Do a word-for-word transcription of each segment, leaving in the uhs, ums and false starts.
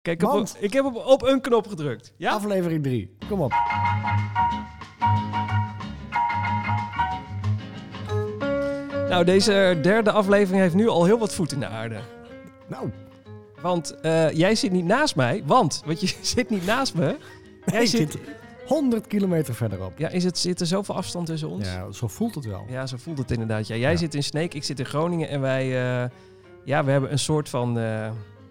Kijk, ik heb, op, Want- ik heb op, op een knop gedrukt. Ja? Aflevering drie. Kom op. Nou, deze derde aflevering heeft nu al heel wat voet in de aarde. Nou, Want uh, jij zit niet naast mij. Want, want je zit niet naast me. Jij ik zit... zit honderd kilometer verderop. Ja, is het, zit er zoveel afstand tussen ons? Ja, zo voelt het wel. Ja, zo voelt het inderdaad. Ja, jij Ja. zit in Sneek, ik zit in Groningen. En wij, uh, ja, we hebben een soort van, uh,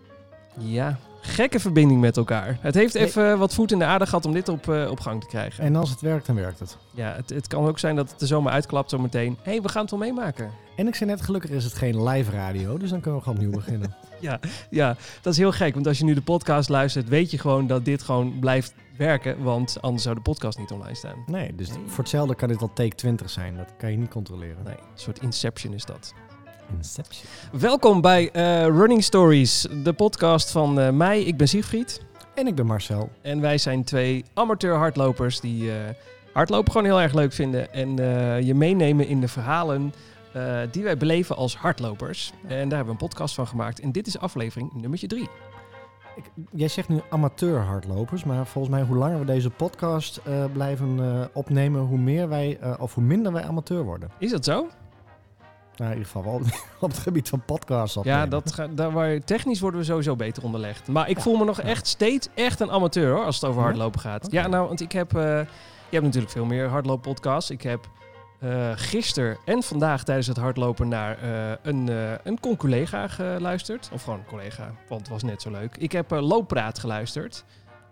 ja, gekke verbinding met elkaar. Het heeft even nee. wat voet in de aarde gehad om dit op, uh, op gang te krijgen. En als het werkt, dan werkt het. Ja, het, het kan ook zijn dat het er zomaar uitklapt zometeen. Hé, hey, we gaan het wel meemaken. En ik zei net, gelukkig is het geen live radio, dus dan kunnen we gewoon opnieuw beginnen. ja, ja, dat is heel gek. Want als je nu de podcast luistert, weet je gewoon dat dit gewoon blijft werken. Want anders zou de podcast niet online staan. Nee, dus nee. voor hetzelfde kan dit wel take twintig zijn. Dat kan je niet controleren. Nee, een soort Inception is dat. Inception. Welkom bij uh, Running Stories, de podcast van uh, mij. Ik ben Siegfried. En ik ben Marcel. En wij zijn twee amateur hardlopers die uh, hardlopen gewoon heel erg leuk vinden. En uh, je meenemen in de verhalen uh, die wij beleven als hardlopers. En daar hebben we een podcast van gemaakt. En dit is aflevering nummertje drie. Ik, jij zegt nu amateur hardlopers, maar volgens mij hoe langer we deze podcast uh, blijven uh, opnemen, hoe meer wij, uh, of hoe minder wij amateur worden. Is dat zo? Nou, in ieder geval wel op het gebied van podcasts opnemen. Ja, dat ga, daar waar, technisch worden we sowieso beter onderlegd. Maar ik voel me nog echt steeds echt een amateur hoor, als het over hardlopen gaat. Okay. Ja, nou, want ik heb, uh, je hebt natuurlijk veel meer hardlooppodcasts. Ik heb uh, gisteren en vandaag tijdens het hardlopen naar uh, een, uh, een con-collega geluisterd. Of gewoon een collega, want het was net zo leuk. Ik heb uh, Looppraat geluisterd.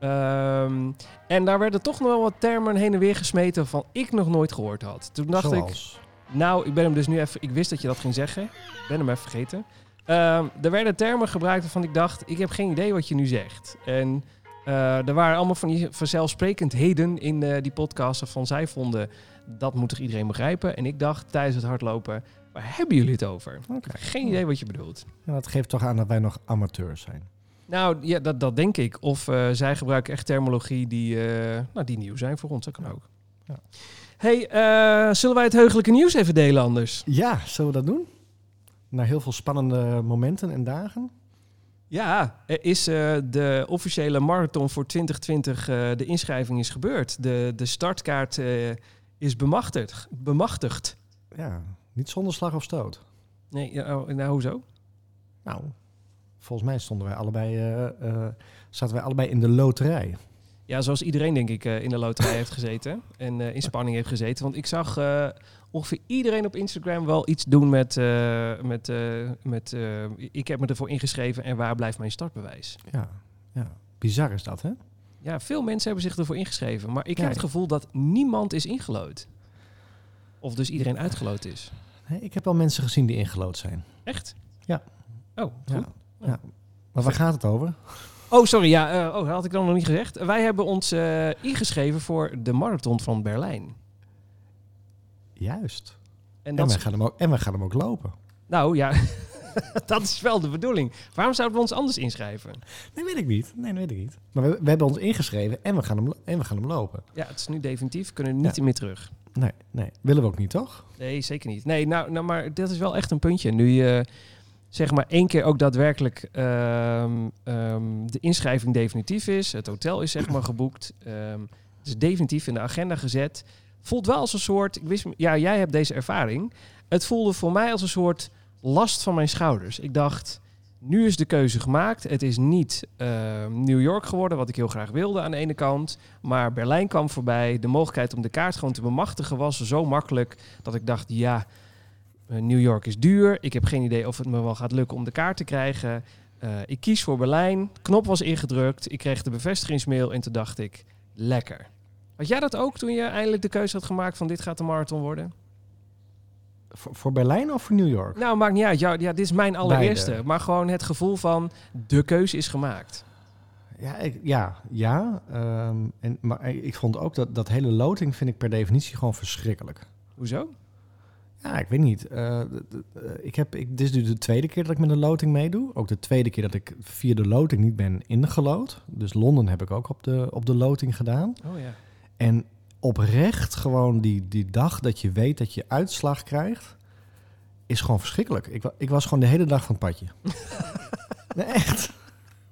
Um, en daar werden toch nog wel wat termen heen en weer gesmeten van ik nog nooit gehoord had. Toen dacht Zoals? ik... Nou, ik ben hem dus nu even... Ik wist dat je dat ging zeggen. Ik ben hem even vergeten. Um, er werden termen gebruikt waarvan ik dacht... Ik heb geen idee wat je nu zegt. En uh, er waren allemaal van die vanzelfsprekendheden in uh, die podcast... waarvan zij vonden, dat moet toch iedereen begrijpen? En ik dacht tijdens het hardlopen... Waar hebben jullie het over? Okay. Geen idee wat je bedoelt. Ja, dat geeft toch aan dat wij nog amateurs zijn. Nou, ja, dat, dat denk ik. Of uh, zij gebruiken echt terminologie die, uh, nou, die nieuw zijn voor ons. Dat kan ja. ook. Ja. Hey, uh, zullen wij het heugelijke nieuws even delen anders? Ja, zullen we dat doen? Na heel veel spannende momenten en dagen. Ja, er is uh, de officiële marathon voor twintig twintig, uh, de inschrijving is gebeurd. De, de startkaart uh, is bemachtigd. bemachtigd. Ja, niet zonder slag of stoot. Nee, nou, nou hoezo? Nou, volgens mij stonden wij allebei, uh, uh, zaten wij allebei in de loterij. Ja, zoals iedereen denk ik uh, in de loterij heeft gezeten en uh, in spanning heeft gezeten. Want ik zag uh, ongeveer iedereen op Instagram wel iets doen met... Uh, met, uh, met uh, ik heb me ervoor ingeschreven en waar blijft mijn startbewijs? Ja, ja. Bizar is dat, hè? Ja, veel mensen hebben zich ervoor ingeschreven. Maar ik ja, heb het gevoel dat niemand is ingelood. Of dus iedereen uitgeloot is. Nee, ik heb wel mensen gezien die ingelood zijn. Echt? Ja. Oh, goed. Ja. Ja. Maar waar gaat het over? Oh, sorry. Ja, uh, oh, dat had ik dan nog niet gezegd. Wij hebben ons uh, ingeschreven voor de marathon van Berlijn. Juist. En, en, dat wij gaan hem ook, en wij gaan hem ook lopen. Nou ja, dat is wel de bedoeling. Waarom zouden we ons anders inschrijven? Nee, weet ik niet. Nee, dat weet ik niet. Maar we, we hebben ons ingeschreven en we gaan hem, en we gaan hem lopen. Ja, het is nu definitief. We kunnen niet ja. meer terug. Nee, nee, willen we ook niet, toch? Nee, zeker niet. Nee, nou, nou maar dat is wel echt een puntje. Nu je... Uh, zeg maar één keer ook daadwerkelijk um, um, de inschrijving definitief is. Het hotel is zeg maar geboekt. Um, het is definitief in de agenda gezet. Voelt wel als een soort... Ik wist, ja, jij hebt deze ervaring. Het voelde voor mij als een soort last van mijn schouders. Ik dacht, nu is de keuze gemaakt. Het is niet uh, New York geworden, wat ik heel graag wilde aan de ene kant. Maar Berlijn kwam voorbij. De mogelijkheid om de kaart gewoon te bemachtigen was zo makkelijk dat ik dacht, ja... New York is duur. Ik heb geen idee of het me wel gaat lukken om de kaart te krijgen. Uh, ik kies voor Berlijn. Knop was ingedrukt. Ik kreeg de bevestigingsmail en toen dacht ik, lekker. Had jij dat ook toen je eindelijk de keuze had gemaakt van dit gaat de marathon worden? Voor, voor Berlijn of voor New York? Nou, maakt niet uit. Ja, ja, dit is mijn allereerste. Beide. Maar gewoon het gevoel van de keuze is gemaakt. Ja, ik, ja. ja um, en, maar ik vond ook dat dat hele loting vind ik per definitie gewoon verschrikkelijk. Hoezo? Ja, ik weet niet. Uh, d- d- uh, ik heb, ik, dit is nu de tweede keer dat ik met een loting meedoe. Ook de tweede keer dat ik via de loting niet ben ingelood. Dus Londen heb ik ook op de, op de loting gedaan. Oh ja. En oprecht gewoon die, die dag dat je weet dat je uitslag krijgt, is gewoon verschrikkelijk. Ik, ik was gewoon de hele dag van het padje. Nee, echt.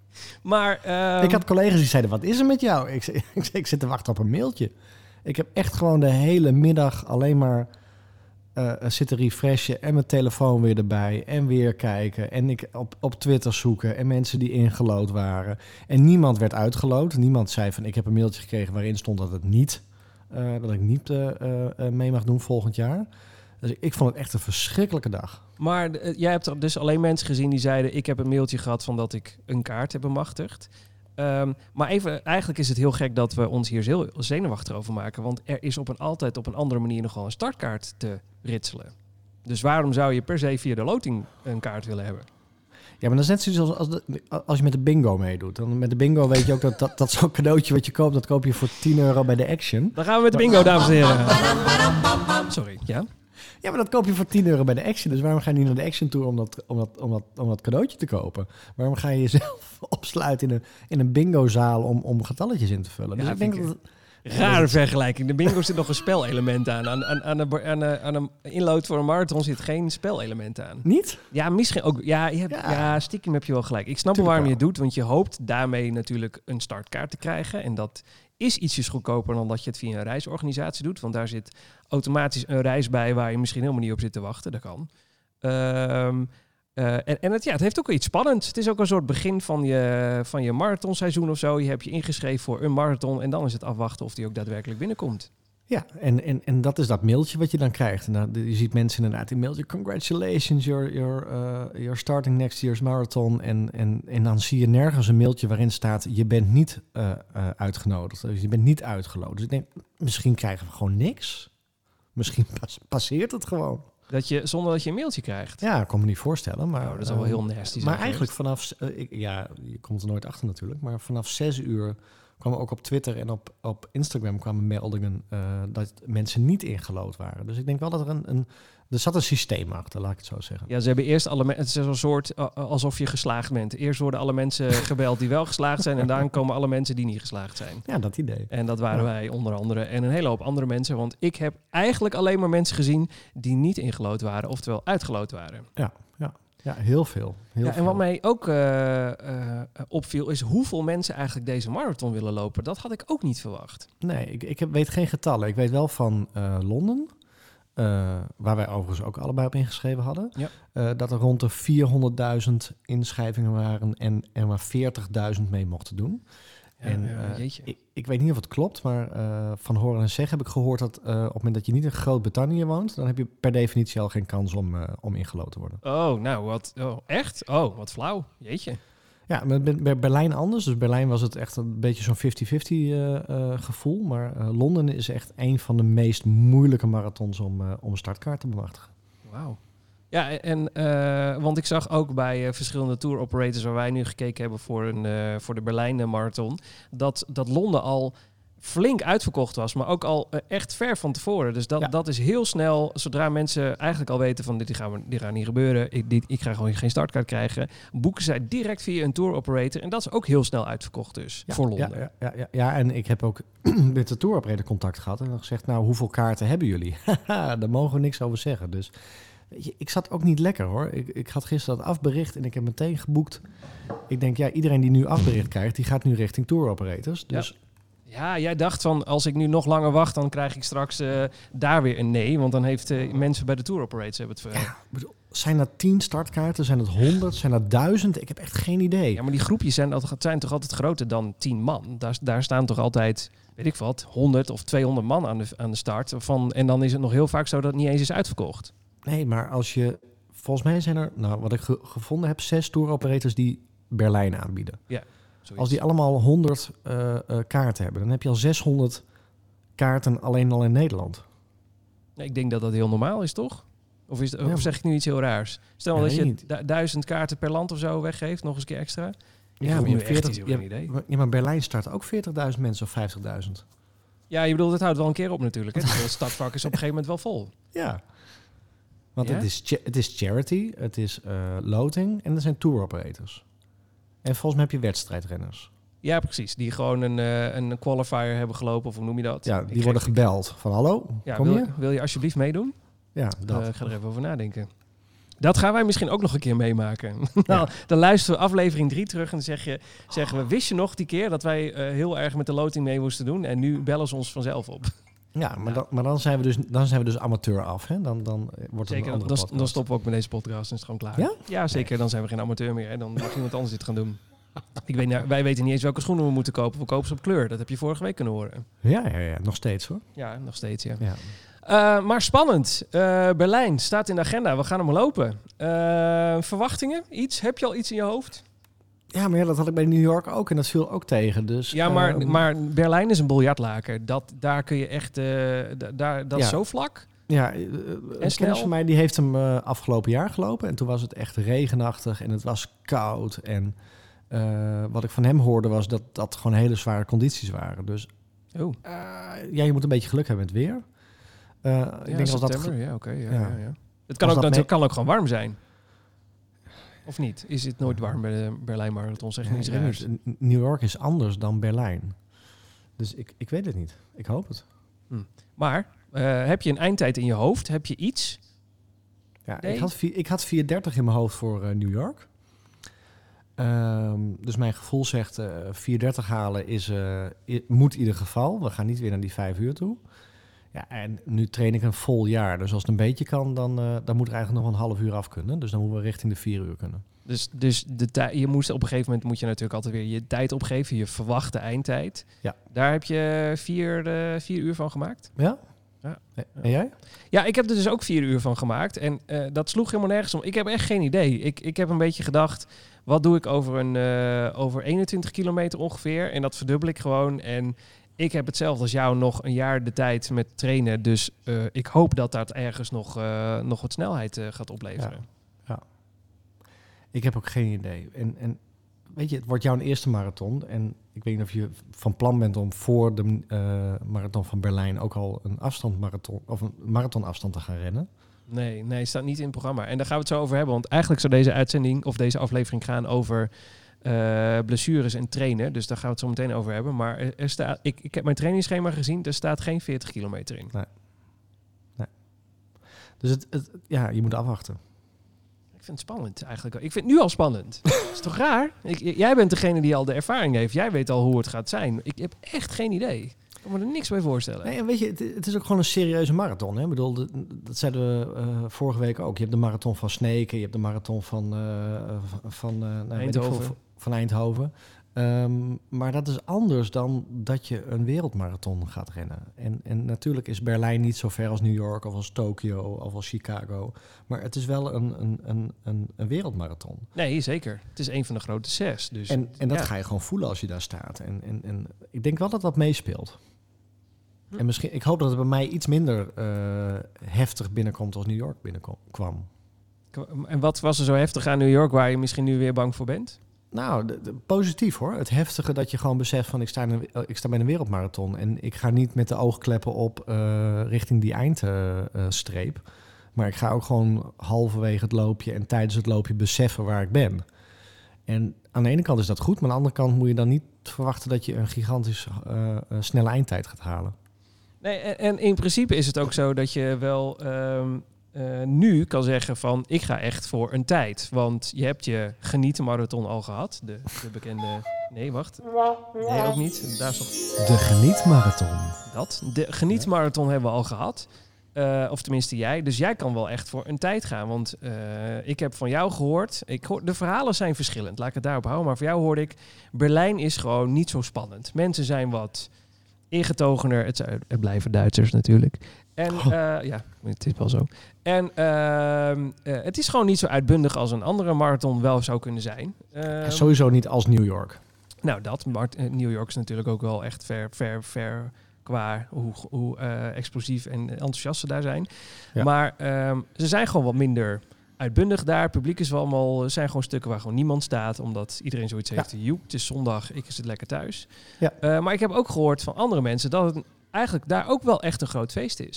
Maar, um... Ik had collega's die zeiden, wat is er met jou? Ik, zei, ik, zei, ik zit te wachten op een mailtje. Ik heb echt gewoon de hele middag alleen maar uh, zitten refreshen en mijn telefoon weer erbij en weer kijken. En ik op, op Twitter zoeken en mensen die ingelood waren. En niemand werd uitgelood. Niemand zei van, ik heb een mailtje gekregen waarin stond dat het niet, uh, dat ik niet uh, uh, mee mag doen volgend jaar. Dus ik vond het echt een verschrikkelijke dag. Maar uh, jij hebt er dus alleen mensen gezien die zeiden, ik heb een mailtje gehad van dat ik een kaart heb bemachtigd. Um, maar even, eigenlijk is het heel gek dat we ons hier heel zenuwachtig over maken. Want er is op een, altijd op een andere manier nog wel een startkaart te ritselen. Dus waarom zou je per se via de loting een kaart willen hebben? Ja, maar dat is net zoals als, de, als je met de bingo meedoet. Dan met de bingo weet je ook dat, dat, dat zo'n cadeautje wat je koopt, dat koop je voor tien euro bij de Action. Dan gaan we met de bingo, dames en heren. Sorry, ja? Ja, maar dat koop je voor tien euro bij de Action. Dus waarom ga je niet naar de Action Tour om dat, om dat, om dat, om dat cadeautje te kopen? Waarom ga je jezelf opsluiten in een, in een bingozaal om, om getalletjes in te vullen? Ja, dus ik denk dat... Rare vergelijking. De bingo zit nog een spelelement aan. Aan, aan, aan, een, aan, een, aan een inload voor een marathon zit geen spelelement aan. Niet? Ja, misschien ook. Ja, je hebt, ja. ja stiekem heb je wel gelijk. Ik snap wel waarom je het doet, want je hoopt daarmee natuurlijk een startkaart te krijgen. En dat is ietsjes goedkoper dan dat je het via een reisorganisatie doet. Want daar zit automatisch een reis bij waar je misschien helemaal niet op zit te wachten. Dat kan. Um, Uh, en en het, ja, het heeft ook wel iets spannends. Het is ook een soort begin van je, van je marathonseizoen of zo. Je hebt je ingeschreven voor een marathon en dan is het afwachten of die ook daadwerkelijk binnenkomt. Ja, en, en, en dat is dat mailtje wat je dan krijgt. En dan, je ziet mensen inderdaad in mailtje, congratulations, you're, you're, uh, you're starting next year's marathon. En, en, en dan zie je nergens een mailtje waarin staat, je bent niet uh, uh, uitgenodigd. Dus je bent niet uitgeloot. Dus ik denk, misschien krijgen we gewoon niks. Misschien pas, passeert het gewoon. Dat je, zonder dat je een mailtje krijgt? Ja, ik kan me niet voorstellen. Maar, oh, dat is wel uh, heel nasty. Maar eigenlijk vanaf, uh, ik, ja, je komt er nooit achter natuurlijk, maar vanaf zes uur kwamen ook op Twitter en op, op Instagram kwamen meldingen uh, dat mensen niet ingelood waren. Dus ik denk wel dat er een, een er zat een systeem achter, laat ik het zo zeggen. Ja, ze hebben eerst alle mensen, het is een soort uh, alsof je geslaagd bent. Eerst worden alle mensen gebeld die wel geslaagd zijn en daarna komen alle mensen die niet geslaagd zijn. Ja, dat idee. En dat waren ja. wij onder andere en een hele hoop andere mensen, want ik heb eigenlijk alleen maar mensen gezien die niet ingelood waren, oftewel uitgeloot waren. Ja, ja. Ja, heel veel. Heel ja, veel. en wat mij ook uh, uh, opviel is hoeveel mensen eigenlijk deze marathon willen lopen. Dat had ik ook niet verwacht. Nee, ik, ik heb, weet geen getallen. Ik weet wel van uh, Londen, uh, waar wij overigens ook allebei op ingeschreven hadden, ja. uh, dat er rond de vierhonderdduizend inschrijvingen waren en er maar veertigduizend mee mochten doen. Ja, en ja, uh, ik, ik weet niet of het klopt, maar uh, van horen en zeggen heb ik gehoord dat uh, op het moment dat je niet in Groot-Brittannië woont, dan heb je per definitie al geen kans om, uh, om ingelood te worden. Oh, nou, wat, oh, echt? Oh, wat flauw. Jeetje. Ja, met, met Berlijn anders. Dus Berlijn was het echt een beetje zo'n vijftig vijftig uh, uh, gevoel. Maar uh, Londen is echt een van de meest moeilijke marathons om, uh, om een startkaart te bemachtigen. Wauw. Ja, en uh, want ik zag ook bij uh, verschillende tour operators waar wij nu gekeken hebben voor, een, uh, voor de Berlijn Marathon, dat, dat Londen al flink uitverkocht was, maar ook al uh, echt ver van tevoren. Dus dat, ja. dat is heel snel, zodra mensen eigenlijk al weten van dit, gaan we, dit gaat niet gebeuren, ik, dit, ik ga gewoon geen startkaart krijgen, boeken zij direct via een tour operator en dat is ook heel snel uitverkocht dus, ja, voor Londen. Ja, ja, ja, ja, en ik heb ook met de tour operator contact gehad en dan gezegd, nou, hoeveel kaarten hebben jullie? Daar mogen we niks over zeggen, dus ik zat ook niet lekker hoor. Ik, ik had gisteren dat afbericht en ik heb meteen geboekt. Ik denk, ja, iedereen die nu afbericht krijgt, die gaat nu richting tour operators. Dus ja. ja, jij dacht van, als ik nu nog langer wacht, dan krijg ik straks uh, daar weer een nee. Want dan heeft uh, mensen bij de tour operators hebben het... Uh... Ja, bedoel, zijn dat tien startkaarten? Zijn dat honderd? Zijn dat duizend? Ik heb echt geen idee. Ja, maar die groepjes zijn, zijn toch altijd groter dan tien man? Daar, daar staan toch altijd, weet ik wat, honderd of tweehonderd man aan de, aan de start. Van, en dan is het nog heel vaak zo dat het niet eens is uitverkocht. Nee, maar als je... Volgens mij zijn er, nou, wat ik ge- gevonden heb, zes tour operators die Berlijn aanbieden. Ja, zoiets. Als die allemaal honderd uh, uh, kaarten hebben, dan heb je al zeshonderd kaarten alleen al in Nederland. Nee, ik denk dat dat heel normaal is, toch? Of, is het, ja, of zeg ik nu iets heel raars? Stel ja, dat je niet. du- duizend kaarten per land of zo weggeeft, nog eens een keer extra. Ik ja, maar nu veertig, echt ja, geen idee. ja, maar Berlijn start ook veertigduizend mensen of vijftigduizend. Ja, je bedoelt, het houdt wel een keer op natuurlijk. Hè? Het startvak is op een gegeven moment wel vol. Ja. Want ja? het, is cha- het is charity, het is uh, loting en er zijn tour operators. En volgens mij heb je wedstrijdrenners. Ja, precies. Die gewoon een, uh, een qualifier hebben gelopen, of hoe noem je dat? Ja, die ik worden geef... gebeld van hallo, ja, kom wil, je? wil je alsjeblieft meedoen? Ja, dat. Uh, ik ga er even over nadenken. Dat gaan wij misschien ook nog een keer meemaken. Ja. Nou, dan luisteren we aflevering drie terug en dan zeg je, zeggen we... Wist je nog die keer dat wij uh, heel erg met de loting mee moesten doen? En nu bellen ze ons vanzelf op. Ja, maar, ja. Dan, maar dan, zijn we dus, dan zijn we dus amateur af. Hè? Dan, dan wordt het zeker, een andere dan, dan stoppen we ook met deze podcast en is het gewoon klaar. Ja? Ja, zeker. Nee. Dan zijn we geen amateur meer. Hè? Dan mag iemand anders dit gaan doen. Ik weet, nou, wij weten niet eens welke schoenen we moeten kopen. We kopen ze op kleur. Dat heb je vorige week kunnen horen. Ja, ja, ja. Nog steeds hoor. Ja, nog steeds, ja. ja. Uh, maar spannend. Uh, Berlijn staat in de agenda. We gaan hem lopen. Uh, verwachtingen? Iets? Heb je al iets in je hoofd? Ja, maar ja, dat had ik bij New York ook en dat viel ook tegen. Dus, ja, maar, uh, maar Berlijn is een biljartlaken. Dat, daar kun je echt... Uh, d- daar, dat ja. is zo vlak. Ja, uh, een kennis van mij die heeft hem uh, afgelopen jaar gelopen. En toen was het echt regenachtig en het was koud. En uh, wat ik van hem hoorde was dat dat gewoon hele zware condities waren. Dus oh. uh, ja, je moet een beetje geluk hebben met het weer. Uh, ja, ik denk als dat ge- ja, oké. Okay, ja, ja. ja, ja. Het kan ook, dat mee- kan ook gewoon warm zijn. Of niet? Is het nooit warm bij de Berlijn Marathon? Zeg ja, niet raars. New York is anders dan Berlijn. Dus ik, ik weet het niet. Ik hoop het. Hm. Maar uh, heb je een eindtijd in je hoofd? Heb je iets? Ja, nee? ik, had vier, ik had vier dertig in mijn hoofd voor uh, New York. Um, dus mijn gevoel zegt uh, vier dertig halen is, uh, i- moet in ieder geval. We gaan niet weer naar die vijf uur toe. Ja, en nu train ik een vol jaar. Dus als het een beetje kan, dan, uh, dan moet er eigenlijk nog een half uur af kunnen. Dus dan moeten we richting de vier uur kunnen. Dus, dus de tij- je moest op een gegeven moment moet je natuurlijk altijd weer je tijd opgeven. Je verwachte eindtijd. Ja. Daar heb je vier, uh, vier uur van gemaakt. Ja? Ja. En jij? Ja, ik heb er dus ook vier uur van gemaakt. En uh, dat sloeg helemaal nergens om. Ik heb echt geen idee. Ik, ik heb een beetje gedacht, wat doe ik over, een, uh, over eenentwintig kilometer ongeveer? En dat verdubbel ik gewoon. En ik heb hetzelfde als jou nog een jaar de tijd met trainen. Dus uh, ik hoop dat dat ergens nog, uh, nog wat snelheid uh, gaat opleveren. Ja. ja. Ik heb ook geen idee. En, en weet je, het wordt jouw eerste marathon. En ik weet niet of je van plan bent om voor de uh, marathon van Berlijn ook al een afstandmarathon of een marathonafstand te gaan rennen. Nee, nee, staat niet in het programma. En daar gaan we het zo over hebben. Want eigenlijk zou deze uitzending of deze aflevering gaan over uh, blessures en trainen. Dus daar gaan we het zo meteen over hebben. Maar er, er staat, ik, ik heb mijn trainingsschema gezien. Er staat geen veertig kilometer in. Nee. nee. Dus het, het, ja, je moet afwachten. Ik vind het spannend eigenlijk. Ik vind het nu al spannend. Dat is toch raar? Ik, jij bent degene die al de ervaring heeft. Jij weet al hoe het gaat zijn. Ik heb echt geen idee. Ik kan me er niks bij voorstellen. Nee, en weet je, het, het is ook gewoon een serieuze marathon. Hè? Ik bedoel, de, dat zeiden we uh, vorige week ook. Je hebt de marathon van Sneken, je hebt de marathon van, uh, van, uh, nou, Eindhoven. Veel, van Eindhoven. Um, maar dat is anders dan dat je een wereldmarathon gaat rennen. En, en natuurlijk is Berlijn niet zo ver als New York of als Tokio of als Chicago. Maar het is wel een, een, een, een, een wereldmarathon. Nee, zeker. Het is een van de grote zes. Dus, en, en dat ja. ga je gewoon voelen als je daar staat. En, en, en ik denk wel dat dat meespeelt. Hm. En misschien, ik hoop dat het bij mij iets minder uh, heftig binnenkomt als New York binnenkwam. En wat was er zo heftig aan New York waar je misschien nu weer bang voor bent? Nou, de, de, positief hoor. Het heftige dat je gewoon beseft van ik sta, in een, ik sta bij een wereldmarathon. En ik ga niet met de oogkleppen op uh, richting die eindstreep. Uh, maar ik ga ook gewoon halverwege het loopje en tijdens het loopje beseffen waar ik ben. En aan de ene kant is dat goed, maar aan de andere kant moet je dan niet verwachten dat je een gigantisch uh, snelle eindtijd gaat halen. Nee, en, en in principe is het ook zo dat je wel um, uh, nu kan zeggen van ik ga echt voor een tijd. Want je hebt je genieten-marathon al gehad. De, de bekende... Nee, wacht. Nee, ook niet. Daar is nog... De geniet-marathon. Dat. De geniet-marathon hebben we al gehad. Uh, of tenminste jij. Dus jij kan wel echt voor een tijd gaan. Want uh, ik heb van jou gehoord... Ik hoor, de verhalen zijn verschillend. Laat ik het daarop houden. Maar voor jou hoorde ik... Berlijn is gewoon niet zo spannend. Mensen zijn wat ingetogener. Het, het blijven Duitsers natuurlijk. En uh, ja, het is wel zo. En uh, uh, het is gewoon niet zo uitbundig als een andere marathon wel zou kunnen zijn. Uh, ja, sowieso niet als New York. Nou, dat. Mart- New York is natuurlijk ook wel echt ver, ver, ver... qua hoe, hoe uh, explosief en enthousiast ze daar zijn. Ja. Maar um, ze zijn gewoon wat minder uitbundig daar. Het publiek is wel allemaal... zijn gewoon stukken waar gewoon niemand staat... omdat iedereen zoiets heeft. Ja. Joep, het is zondag, ik zit lekker thuis. Ja. Uh, maar ik heb ook gehoord van andere mensen... dat het eigenlijk daar ook wel echt een groot feest is.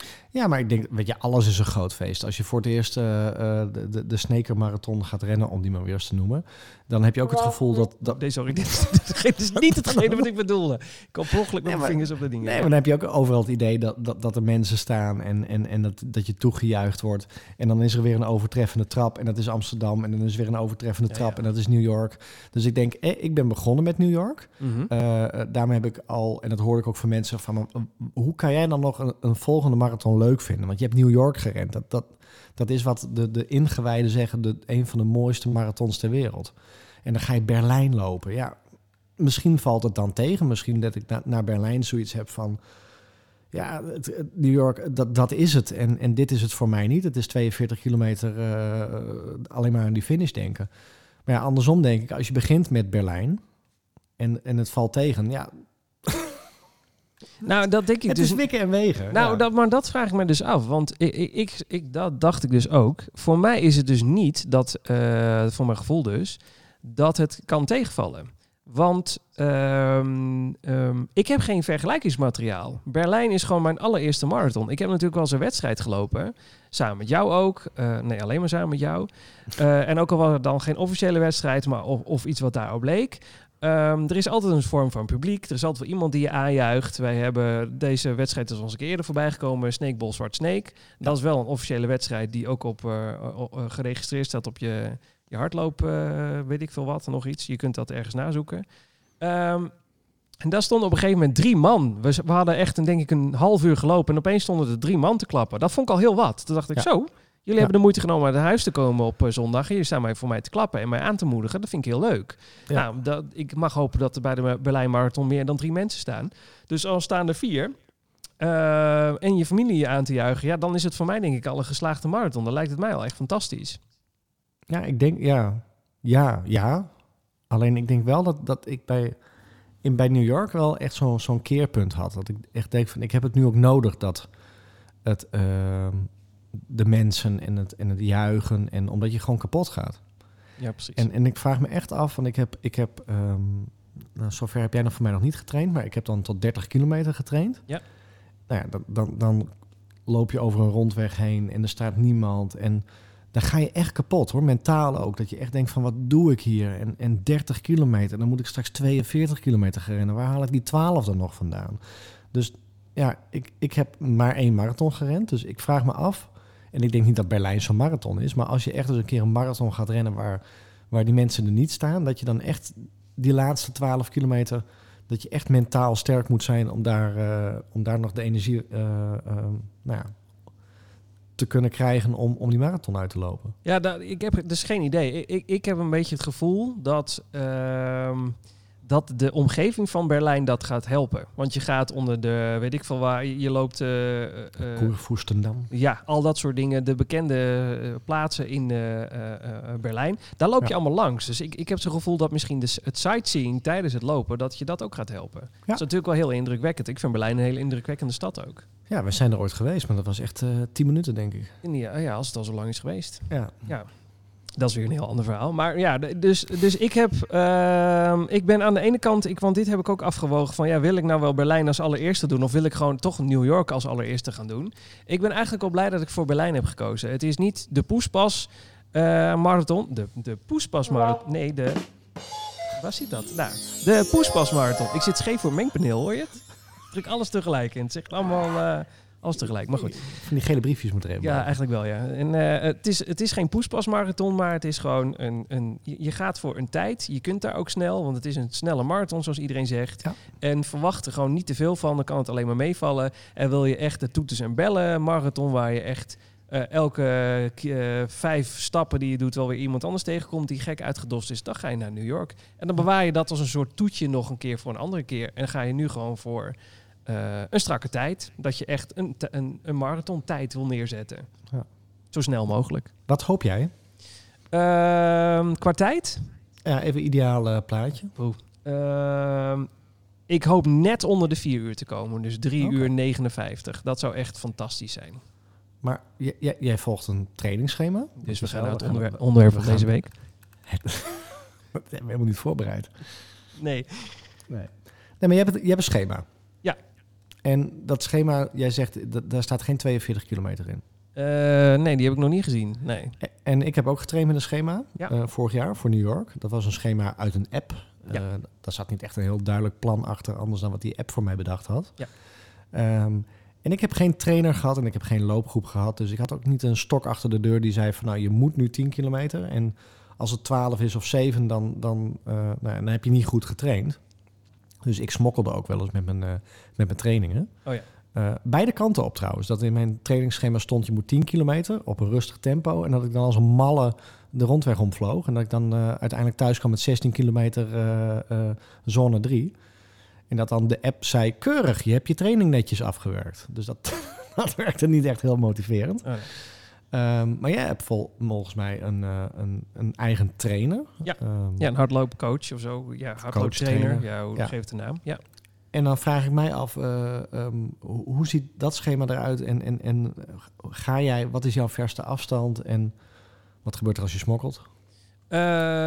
Ja, maar ik denk, weet je, alles is een groot feest. Als je voor het eerst uh, uh, de, de, de Sneaker Marathon gaat rennen, om die maar weer eens te noemen, dan heb je ook het gevoel dat... dat... Nee, sorry, dit, dit is niet hetgene wat ik bedoelde. Ik kom per ongeluk met mijn vingers op de dingen. Nee, maar dan heb je ook overal het idee dat, dat, dat er mensen staan en, en, en dat, dat je toegejuicht wordt. En dan is er weer een overtreffende trap en dat is Amsterdam. En dan is er weer een overtreffende trap ja, ja. en dat is New York. Dus ik denk, eh, ik ben begonnen met New York. Mm-hmm. Uh, daarmee heb ik al, en dat hoor ik ook van mensen, van hoe kan jij dan nog een, een volgende marathon leuk vinden? Want je hebt New York gerend. Dat, dat, dat is wat de, de ingewijden zeggen, de, een van de mooiste marathons ter wereld. En dan ga je Berlijn lopen. Ja, misschien valt het dan tegen. Misschien dat ik na, naar Berlijn zoiets heb van... Ja, het, het New York, dat, dat is het. En, en dit is het voor mij niet. Het is tweeënveertig kilometer uh, alleen maar aan die finish denken. Maar ja, andersom denk ik, als je begint met Berlijn... en, en het valt tegen, ja... Nou, dat denk ik het dus. is wikken en wegen. Nou, ja. dat, maar dat vraag ik me dus af. Want ik, ik, ik, ik, dat dacht ik dus ook. Voor mij is het dus niet dat, uh, voor mijn gevoel dus, dat het kan tegenvallen. Want um, um, ik heb geen vergelijkingsmateriaal. Berlijn is gewoon mijn allereerste marathon. Ik heb natuurlijk wel eens een wedstrijd gelopen. Samen met jou ook. Uh, nee, alleen maar samen met jou. Uh, en ook al was het dan geen officiële wedstrijd, maar of, of iets wat daarop leek. Um, er is altijd een vorm van publiek. Er is altijd wel iemand die je aanjuicht. Wij hebben deze wedstrijd is ons een keer eerder voorbij gekomen. Snakeball Zwart Snake. Dat is wel een officiële wedstrijd die ook op uh, uh, geregistreerd staat op je, je hardloop. Uh, weet ik veel wat, nog iets. Je kunt dat ergens nazoeken. Um, en daar stonden op een gegeven moment drie man. We, we hadden echt een, denk ik een half uur gelopen. En opeens stonden er drie man te klappen. Dat vond ik al heel wat. Toen dacht ik, ja. zo... Jullie ja. hebben de moeite genomen naar huis te komen op uh, zondag. En jullie staan mij voor mij te klappen en mij aan te moedigen. Dat vind ik heel leuk. Ja. Nou, dat, ik mag hopen dat er bij de Berlijn Marathon meer dan drie mensen staan. Dus al staan er vier uh, en je familie je aan te juichen... ja, dan is het voor mij denk ik al een geslaagde marathon. Dan lijkt het mij al echt fantastisch. Ja, ik denk, ja, ja, ja. Alleen ik denk wel dat, dat ik bij, in, bij New York wel echt zo, zo'n keerpunt had. Dat ik echt denk van, ik heb het nu ook nodig dat het... Uh, de mensen en het, en het juichen en omdat je gewoon kapot gaat. Ja, precies. En, en ik vraag me echt af, want ik heb, ik heb um, nou, zover heb jij nog voor mij nog niet getraind, maar ik heb dan tot dertig kilometer getraind. Ja. Nou ja, dan, dan, dan loop je over een rondweg heen en er staat niemand en dan ga je echt kapot hoor, mentaal ook. Dat je echt denkt van, wat doe ik hier? En, en dertig kilometer, dan moet ik straks tweeënveertig kilometer gaan rennen. Waar haal ik die twaalf dan nog vandaan? Dus ja, ik, ik heb maar één marathon gerend, dus ik vraag me af... En ik denk niet dat Berlijn zo'n marathon is. Maar als je echt eens een keer een marathon gaat rennen waar, waar die mensen er niet staan. Dat je dan echt die laatste twaalf kilometer. Dat je echt mentaal sterk moet zijn om daar, uh, om daar nog de energie uh, uh, nou ja, te kunnen krijgen om, om die marathon uit te lopen. Ja, dat, ik heb dus geen idee. Ik, ik, ik heb een beetje het gevoel dat... Uh, dat de omgeving van Berlijn dat gaat helpen. Want je gaat onder de, weet ik veel waar, je loopt... Uh, uh, Kurfürstendamm. Ja, al dat soort dingen. De bekende uh, plaatsen in uh, uh, uh, Berlijn. Daar loop je ja. allemaal langs. Dus ik, ik heb zo'n gevoel dat misschien de, het sightseeing tijdens het lopen, dat je dat ook gaat helpen. Ja. Dat is natuurlijk wel heel indrukwekkend. Ik vind Berlijn een hele indrukwekkende stad ook. Ja, we zijn er ooit geweest, maar dat was echt uh, tien minuten, denk ik. Ja, ja, als het al zo lang is geweest. Ja. Ja. Dat is weer een heel ander verhaal. Maar ja, dus, dus ik heb... Uh, ik ben aan de ene kant... Ik, want dit heb ik ook afgewogen van... Ja, wil ik nou wel Berlijn als allereerste doen? Of wil ik gewoon toch New York als allereerste gaan doen? Ik ben eigenlijk al blij dat ik voor Berlijn heb gekozen. Het is niet de Poespas uh, marathon. De, de Poespas marathon. Nee, de... Waar zit dat? Nou, de Poespas marathon. Ik zit scheef voor mengpaneel, hoor je het? Ik druk alles tegelijk in. Het zegt allemaal... Uh, Alles tegelijk, maar goed. Van die gele briefjes moet er even. Ja, bij. Eigenlijk wel, ja. En uh, het, is, het is geen poespasmarathon, maar het is gewoon een... een je, je gaat voor een tijd. Je kunt daar ook snel, want het is een snelle marathon, zoals iedereen zegt. Ja. En verwacht er gewoon niet te veel van. Dan kan het alleen maar meevallen. En wil je echt de toeters en bellen marathon, waar je echt uh, elke uh, vijf stappen die je doet wel weer iemand anders tegenkomt die gek uitgedost is, dan ga je naar New York. En dan bewaar je dat als een soort toetje nog een keer voor een andere keer. En dan ga je nu gewoon voor... Uh, een strakke tijd. Dat je echt een, t- een, een marathon tijd wil neerzetten. Ja. Zo snel mogelijk. Wat hoop jij? Uh, qua tijd? Ja, even ideaal uh, plaatje. Uh, ik hoop net onder de vier uur te komen. Dus drie okay. uur negenenvijftig. Dat zou echt fantastisch zijn. Maar j- j- jij volgt een trainingsschema. Dus, dus we gaan naar het onderwerp, onderwerp van deze week. Dat hebben we helemaal niet voorbereid. Nee. Nee, nee maar je hebt, het, je hebt een schema. Ja. En dat schema, jij zegt, d- daar staat geen tweeënveertig kilometer in. Uh, nee, die heb ik nog niet gezien. Nee. En ik heb ook getraind met een schema, Ja. uh, vorig jaar voor New York. Dat was een schema uit een app. Ja. Uh, daar zat niet echt een heel duidelijk plan achter, anders dan wat die app voor mij bedacht had. Ja. Um, en ik heb geen trainer gehad en ik heb geen loopgroep gehad. Dus ik had ook niet een stok achter de deur die zei van, nou, je moet nu tien kilometer. En als het twaalf is of zeven, dan, dan, uh, nou, dan heb je niet goed getraind. Dus ik smokkelde ook wel eens met mijn, uh, met mijn trainingen. Oh ja. Uh, beide kanten op trouwens. Dat in mijn trainingsschema stond, je moet tien kilometer op een rustig tempo. En dat ik dan als een malle de rondweg omvloog. En dat ik dan uh, uiteindelijk thuis kwam met zestien kilometer uh, uh, zone drie. En dat dan de app zei, keurig, je hebt je training netjes afgewerkt. Dus dat, dat werkte niet echt heel motiverend. Oh nee. um, maar jij hebt vol, volgens mij een, uh, een, een eigen trainer. Ja, um, ja een hardloopcoach of zo. Ja, hardlooptrainer. Ja, hoe ja. geeft de naam? Ja. En dan vraag ik mij af, uh, um, hoe, hoe ziet dat schema eruit? En, en, en ga jij, wat is jouw verste afstand? En wat gebeurt er als je smokkelt? Uh,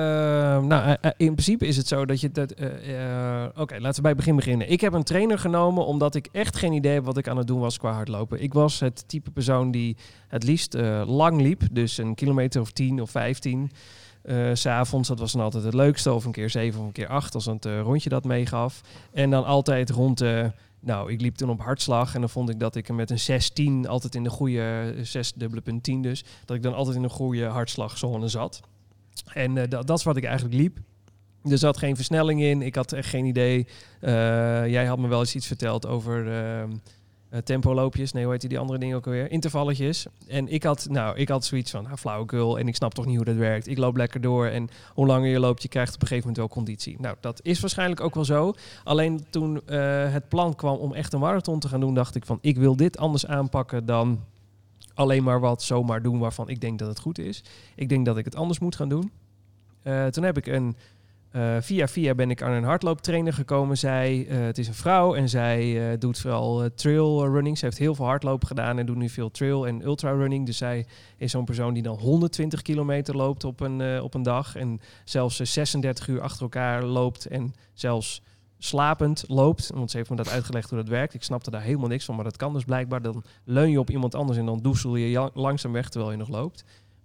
nou, uh, in principe is het zo dat je... dat. Uh, uh, Oké, okay, laten we bij het begin beginnen. Ik heb een trainer genomen omdat ik echt geen idee heb wat ik aan het doen was qua hardlopen. Ik was het type persoon die het liefst uh, lang liep. Dus een kilometer of tien of vijftien. Uh, 's avonds, dat was dan altijd het leukste. Of een keer zeven of een keer acht, als het uh, rondje dat meegaf. En dan altijd rond de... Nou, ik liep toen op hartslag en dan vond ik dat ik met een zestien altijd in de goede... zes dubbele punt tien dus. Dat ik dan altijd in een goede hartslagzone zat. En uh, dat, dat is wat ik eigenlijk liep. Er zat geen versnelling in. Ik had echt geen idee. Uh, jij had me wel eens iets verteld over... Uh, Uh, tempoloopjes, nee, hoe heet die, die andere dingen ook alweer? Intervalletjes. En ik had, nou, ik had zoiets van, nou, flauwekul en ik snap toch niet hoe dat werkt. Ik loop lekker door en hoe langer je loopt, je krijgt op een gegeven moment wel conditie. Nou, dat is waarschijnlijk ook wel zo. Alleen toen uh, het plan kwam om echt een marathon te gaan doen, dacht ik van, ik wil dit anders aanpakken dan alleen maar wat zomaar doen waarvan ik denk dat het goed is. Ik denk dat ik het anders moet gaan doen. Uh, toen heb ik een... Uh, via via ben ik aan een hardlooptrainer gekomen. Zij, uh, het is een vrouw en zij uh, doet vooral uh, trail running. Ze heeft heel veel hardlopen gedaan en doet nu veel trail en ultra running. Dus zij is zo'n persoon die dan honderdtwintig kilometer loopt op een, uh, op een dag. En zelfs uh, zesendertig uur achter elkaar loopt en zelfs slapend loopt. Want ze heeft me dat uitgelegd hoe dat werkt. Ik snapte daar helemaal niks van, maar dat kan dus blijkbaar. Dan leun je op iemand anders en dan doezel je langzaam weg terwijl je nog loopt.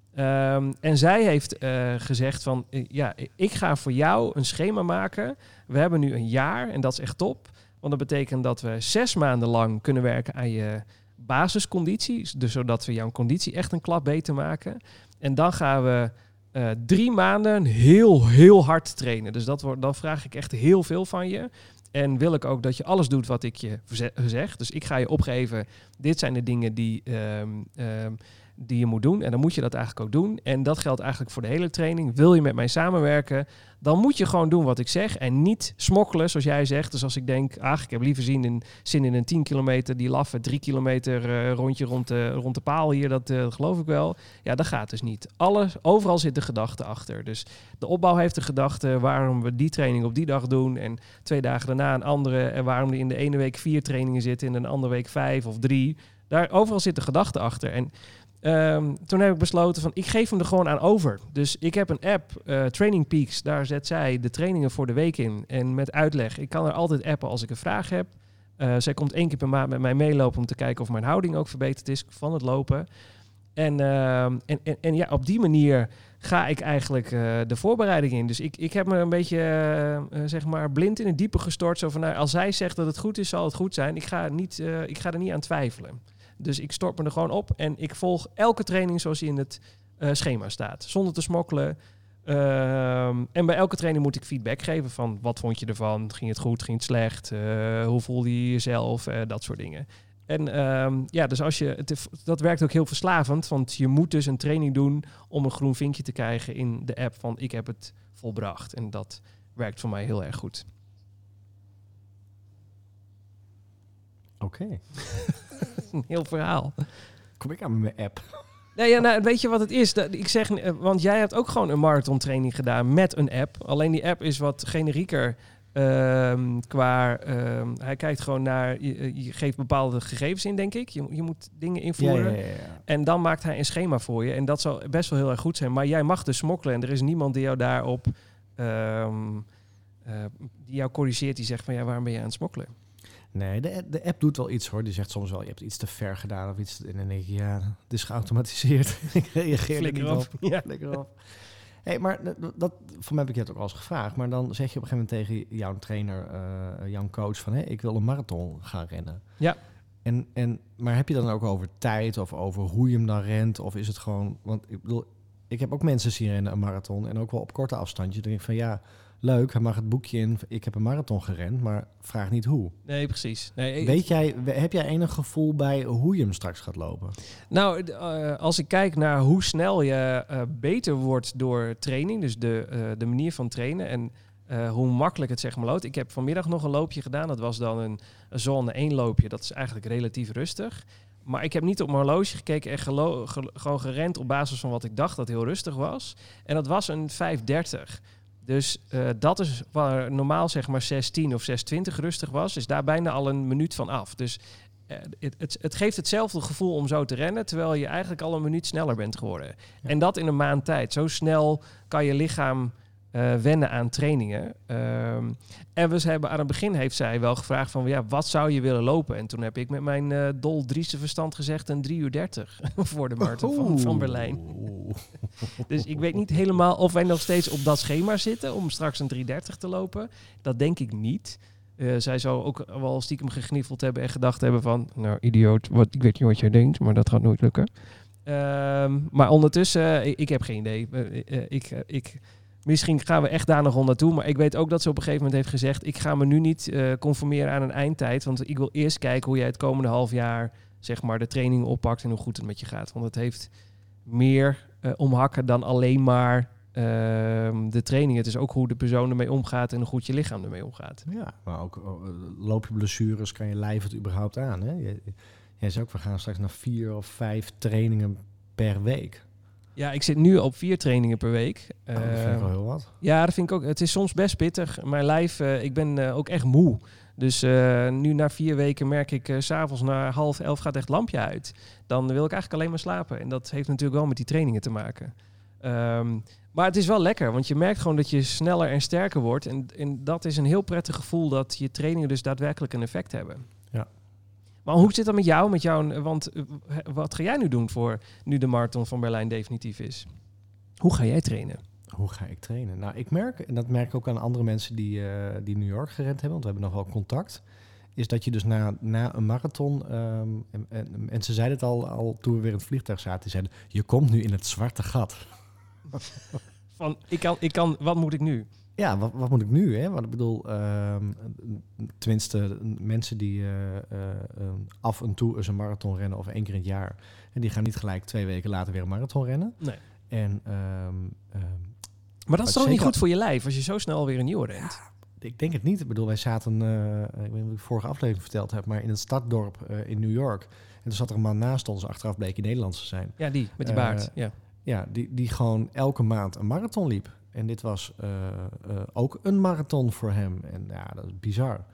Um, en zij heeft uh, gezegd van, uh, ja, ik ga voor jou een schema maken. We hebben nu een jaar en dat is echt top. Want dat betekent dat we zes maanden lang kunnen werken aan je basisconditie. Dus zodat we jouw conditie echt een klap beter maken. En dan gaan we uh, drie maanden heel, heel hard trainen. Dus dat wordt, dan vraag ik echt heel veel van je. En wil ik ook dat je alles doet wat ik je zeg. Dus ik ga je opgeven, dit zijn de dingen die... Um, um, die je moet doen. En dan moet je dat eigenlijk ook doen. En dat geldt eigenlijk voor de hele training. Wil je met mij samenwerken, dan moet je gewoon doen wat ik zeg. En niet smokkelen, zoals jij zegt. Dus als ik denk, ach, ik heb liever zin in, zin in een tien kilometer, die laffe drie kilometer uh, rondje rond de, rond de paal hier, dat uh, geloof ik wel. Ja, dat gaat dus niet. Alles, overal zit de gedachte achter. Dus de opbouw heeft de gedachte waarom we die training op die dag doen. En twee dagen daarna een andere. En waarom er in de ene week vier trainingen zitten, in de andere week vijf of drie. Daar, overal zit de gedachte achter. En Um, toen heb ik besloten van, ik geef hem er gewoon aan over. Dus ik heb een app, uh, Training Peaks, daar zet zij de trainingen voor de week in. En met uitleg. Ik kan er altijd appen als ik een vraag heb. Uh, zij komt één keer per maand met mij meelopen om te kijken of mijn houding ook verbeterd is van het lopen. En, uh, en, en, en ja, op die manier ga ik eigenlijk uh, de voorbereiding in. Dus ik, ik heb me een beetje, uh, uh, zeg maar, blind in het diepe gestort. Zo van, nou, als zij zegt dat het goed is, zal het goed zijn. Ik ga, niet, uh, ik ga er niet aan twijfelen. Dus ik stort me er gewoon op en ik volg elke training zoals die in het uh, schema staat. Zonder te smokkelen. Uh, en bij elke training moet ik feedback geven van wat vond je ervan? Ging het goed? Ging het slecht? Uh, hoe voelde je jezelf? Uh, dat soort dingen. En uh, ja, dus als je het, dat werkt ook heel verslavend. Want je moet dus een training doen om een groen vinkje te krijgen in de app van ik heb het volbracht. En dat werkt voor mij heel erg goed. Oké. Okay. Een heel verhaal. Kom ik aan met mijn app? Nee, ja, nou, weet je wat het is? Ik zeg, want jij hebt ook gewoon een marathontraining gedaan met een app. Alleen die app is wat generieker um, qua... Um, hij kijkt gewoon naar... Je, je geeft bepaalde gegevens in, denk ik. Je, je moet dingen invoeren. Ja, ja, ja, ja. En dan maakt hij een schema voor je. En dat zal best wel heel erg goed zijn. Maar jij mag dus smokkelen. En er is niemand die jou daarop... Um, uh, die jou corrigeert, die zegt van ja, waarom ben je aan het smokkelen? Nee, de, de app doet wel iets hoor. Die zegt soms wel, je hebt iets te ver gedaan of iets. En dan denk je, ja, het is geautomatiseerd. Ik reageer er niet Flikker op. op. Ja. Flikker op. Hey, maar dat, voor mij heb ik je het ook al eens gevraagd. Maar dan zeg je op een gegeven moment tegen jouw trainer, uh, jouw coach van, hey, ik wil een marathon gaan rennen. Ja. En, en, maar heb je dan ook over tijd of over hoe je hem dan rent? Of is het gewoon, want ik bedoel, ik heb ook mensen zien rennen een marathon en ook wel op korte afstandjes. Dan denk ik van ja, leuk, hij mag het boekje in. Ik heb een marathon gerend, maar vraag niet hoe. Nee, precies. Nee, ik... Weet jij, heb jij enig gevoel bij hoe je hem straks gaat lopen? Nou, uh, als ik kijk naar hoe snel je uh, beter wordt door training, dus de, uh, de manier van trainen en uh, hoe makkelijk het zeg maar loopt. Ik heb vanmiddag nog een loopje gedaan. Dat was dan een, een zone één loopje. Dat is eigenlijk relatief rustig. Maar ik heb niet op mijn horloge gekeken en gelo- ge- gewoon gerend op basis van wat ik dacht dat heel rustig was. En dat was een vijf dertig. Dus uh, dat is waar normaal zeg maar zes tien of zes twintig rustig was, is daar bijna al een minuut van af. Dus uh, het, het, het geeft hetzelfde gevoel om zo te rennen, terwijl je eigenlijk al een minuut sneller bent geworden. Ja. En dat in een maand tijd. Zo snel kan je lichaam uh, wennen aan trainingen. Um, en we hebben aan het begin heeft zij wel gevraagd van ja, wat zou je willen lopen? En toen heb ik met mijn uh, dol drieste verstand gezegd een drie uur dertig voor de marathon van, van Berlijn. Dus ik weet niet helemaal of wij nog steeds op dat schema zitten om straks een drie dertig te lopen. Dat denk ik niet. Uh, zij zou ook wel stiekem gegniffeld hebben en gedacht hebben van, nou idioot, wat, ik weet niet wat jij denkt, maar dat gaat nooit lukken. Uh, maar ondertussen, uh, ik, ik heb geen idee. Uh, uh, ik, uh, ik, misschien gaan we echt daar nog om naartoe, maar ik weet ook dat ze op een gegeven moment heeft gezegd, ik ga me nu niet uh, conformeren aan een eindtijd, want ik wil eerst kijken hoe jij het komende half jaar zeg maar de training oppakt en hoe goed het met je gaat. Want het heeft meer uh, omhakken dan alleen maar uh, de training. Het is ook hoe de persoon ermee omgaat en hoe goed je lichaam ermee omgaat. Ja, maar ook uh, loop je blessures, kan je lijf het überhaupt aan. Hè? Jij, jij zei ook, we gaan straks naar vier of vijf trainingen per week. Ja, ik zit nu op vier trainingen per week. Oh, dat vind ik wel heel wat. Ja, dat vind ik ook. Het is soms best pittig. Mijn lijf, uh, ik ben uh, ook echt moe. Dus uh, nu na vier weken merk ik, uh, 's avonds na half elf gaat echt lampje uit. Dan wil ik eigenlijk alleen maar slapen. En dat heeft natuurlijk wel met die trainingen te maken. Um, maar het is wel lekker, want je merkt gewoon dat je sneller en sterker wordt. En, en dat is een heel prettig gevoel dat je trainingen dus daadwerkelijk een effect hebben. Ja. Maar hoe zit dat met jou? Met jou want uh, wat ga jij nu doen voor nu de marathon van Berlijn definitief is? Hoe ga jij trainen? Hoe ga ik trainen? Nou, ik merk, en dat merk ik ook aan andere mensen die, uh, die New York gerend hebben, want we hebben nog wel contact, is dat je dus na, na een marathon, um, en, en, en ze zeiden het al, al toen we weer in het vliegtuig zaten, die zeiden, je komt nu in het zwarte gat. Van, ik kan, ik kan, wat moet ik nu? Ja, wat, wat moet ik nu? Hè? Want ik bedoel, um, tenminste, mensen die uh, uh, af en toe eens een marathon rennen of één keer in het jaar, en die gaan niet gelijk twee weken later weer een marathon rennen. Nee. En, um, um, maar dat is toch niet goed voor je lijf als je zo snel weer een nieuwe rent? Ja, ik denk het niet. Ik bedoel, wij zaten, uh, ik weet niet of ik vorige aflevering verteld heb, maar in een staddorp uh, in New York. En toen zat er een man naast ons, achteraf bleek hij Nederlands te zijn. Ja, die, met die baard. Uh, ja, ja die, die gewoon elke maand een marathon liep. En dit was uh, uh, ook een marathon voor hem. En ja, dat is bizar.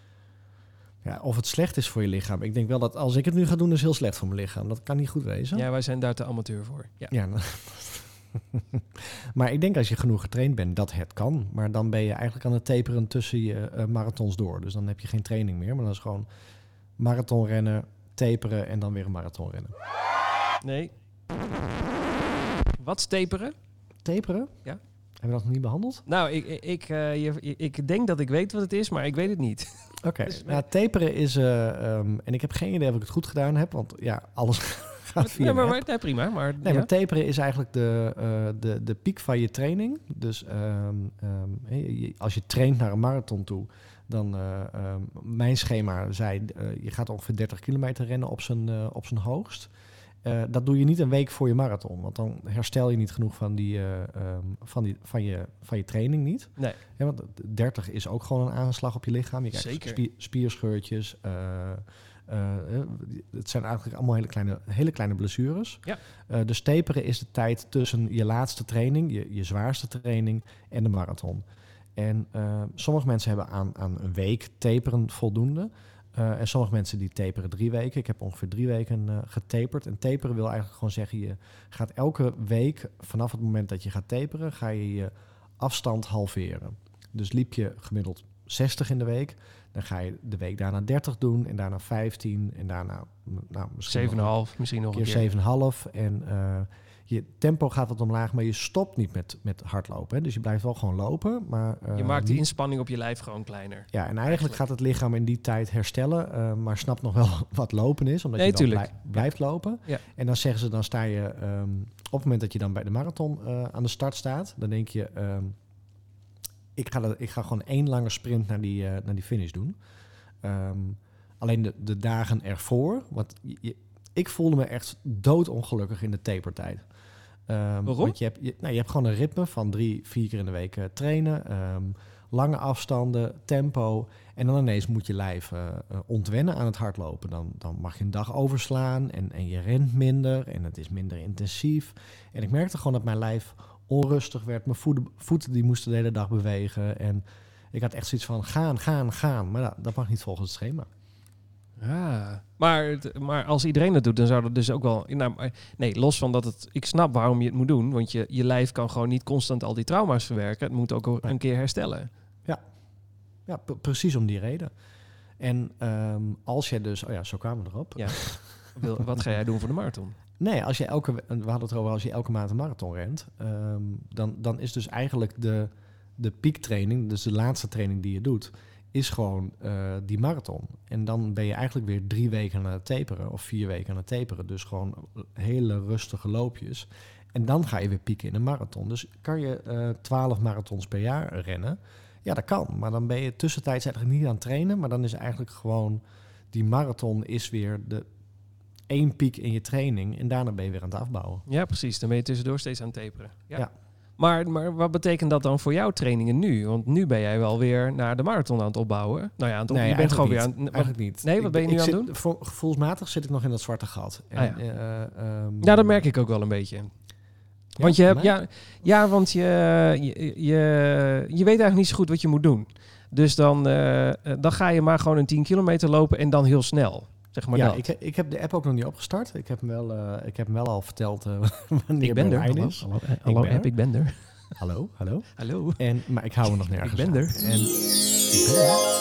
Ja, of het slecht is voor je lichaam. Ik denk wel dat als ik het nu ga doen, is het heel slecht voor mijn lichaam. Dat kan niet goed wezen. Ja, wij zijn daar te amateur voor. Ja. ja Maar ik denk als je genoeg getraind bent, dat het kan. Maar dan ben je eigenlijk aan het taperen tussen je uh, marathons door. Dus dan heb je geen training meer. Maar dan is gewoon marathonrennen, taperen en dan weer een marathon rennen. Nee. Wat is taperen? Taperen? Ja. Hebben we dat nog niet behandeld? Nou, ik, ik, uh, je, ik denk dat ik weet wat het is, maar ik weet het niet. Oké, okay. dus, nou, taperen is... Uh, um, en ik heb geen idee of ik het goed gedaan heb, want ja, alles gaat via nee, maar, maar, nee, prima. Maar, nee, ja. maar taperen is eigenlijk de, uh, de, de piek van je training. Dus um, um, hey, als je traint naar een marathon toe, dan... Uh, um, mijn schema zei, uh, je gaat ongeveer dertig kilometer rennen op zijn, uh, op zijn hoogst. Uh, dat doe je niet een week voor je marathon, want dan herstel je niet genoeg van, die, uh, um, van, die, van, je, van je training niet. Nee. Ja, want dertig is ook gewoon een aanslag op je lichaam. Je krijgt Zeker. Spier, spierscheurtjes. Uh, uh, het zijn eigenlijk allemaal hele kleine, hele kleine blessures. Ja. Uh, dus taperen is de tijd tussen je laatste training, je, je zwaarste training en de marathon. En uh, sommige mensen hebben aan, aan een week taperen voldoende. Uh, en sommige mensen die taperen drie weken. Ik heb ongeveer drie weken uh, getaperd. En taperen wil eigenlijk gewoon zeggen, je gaat elke week, vanaf het moment dat je gaat taperen, ga je je afstand halveren. Dus liep je gemiddeld zestig in de week. Dan ga je de week daarna dertig doen en daarna vijftien en daarna nou, misschien zeven komma vijf, misschien nog een een keer keer. zeven komma vijf. En uh, je tempo gaat wat omlaag, maar je stopt niet met, met hardlopen. Hè? Dus je blijft wel gewoon lopen. Maar, uh, je maakt niet... de inspanning op je lijf gewoon kleiner. Ja, en eigenlijk, eigenlijk. gaat het lichaam in die tijd herstellen, uh, maar snapt nog wel wat lopen is, omdat nee, je dan tuurlijk. blij, blijft lopen. Ja. En dan zeggen ze, dan sta je, um, op het moment dat je dan bij de marathon uh, aan de start staat, dan denk je, um, ik, ga dat, ik ga gewoon één lange sprint naar die, uh, naar die finish doen. Um, alleen de, de dagen ervoor, want je, ik voelde me echt doodongelukkig in de tapertijd. Um, Waarom? Want je hebt, je, nou, je hebt gewoon een ritme van drie, vier keer in de week uh, trainen. Um, lange afstanden, tempo. En dan ineens moet je lijf uh, uh, ontwennen aan het hardlopen. Dan, dan mag je een dag overslaan en, en je rent minder. En het is minder intensief. En ik merkte gewoon dat mijn lijf onrustig werd. Mijn voeten, voeten die moesten de hele dag bewegen. En ik had echt zoiets van gaan, gaan, gaan. Maar dat, dat mag niet volgens het schema. Ja, maar, maar als iedereen dat doet, dan zou dat dus ook wel... Nou, nee, los van dat het... Ik snap waarom je het moet doen, want je, je lijf kan gewoon niet constant al die trauma's verwerken. Het moet ook een keer herstellen. Ja, ja p- precies om die reden. En um, als je dus... Oh ja, zo kwamen we erop. Ja. Wat ga jij doen voor de marathon? Nee, als je elke... We hadden het erover, als je elke maand een marathon rent, um, dan, dan is dus eigenlijk de, de piektraining, dus de laatste training die je doet, is gewoon uh, die marathon. En dan ben je eigenlijk weer drie weken aan het taperen of vier weken aan het taperen. Dus gewoon hele rustige loopjes. En dan ga je weer pieken in een marathon. Dus kan je uh, twaalf marathons per jaar rennen? Ja, dat kan. Maar dan ben je tussentijds eigenlijk niet aan het trainen. Maar dan is eigenlijk gewoon die marathon is weer de één piek in je training. En daarna ben je weer aan het afbouwen. Ja, precies. Dan ben je tussendoor steeds aan het taperen. Ja. Ja. Maar, maar wat betekent dat dan voor jouw trainingen nu? Want nu ben jij wel weer naar de marathon aan het opbouwen. Nou ja, aan het op, nee, je bent gewoon niet. weer aan het... Eigenlijk niet. Nee, wat ben je ik, nu ik aan zit, het doen? Voor, gevoelsmatig zit ik nog in dat zwarte gat. En, ah, ja. Uh, um, ja, dat merk ik ook wel een beetje. Ja, want je hebt, mij? ja, ja, want je, je, je, je weet eigenlijk niet zo goed wat je moet doen. Dus dan, uh, dan ga je maar gewoon een tien kilometer lopen en dan heel snel. Zeg maar ja, dat. ik, ik heb de app ook nog niet opgestart. Ik heb hem wel, uh, ik heb hem wel al verteld uh, wanneer ik ben er. mijn Hallo, is. hallo, hallo ik ben app, ik ben er. Hallo, hallo. Hallo. En, maar ik hou er nog nergens Ik ben er. aan. En, ik ben er.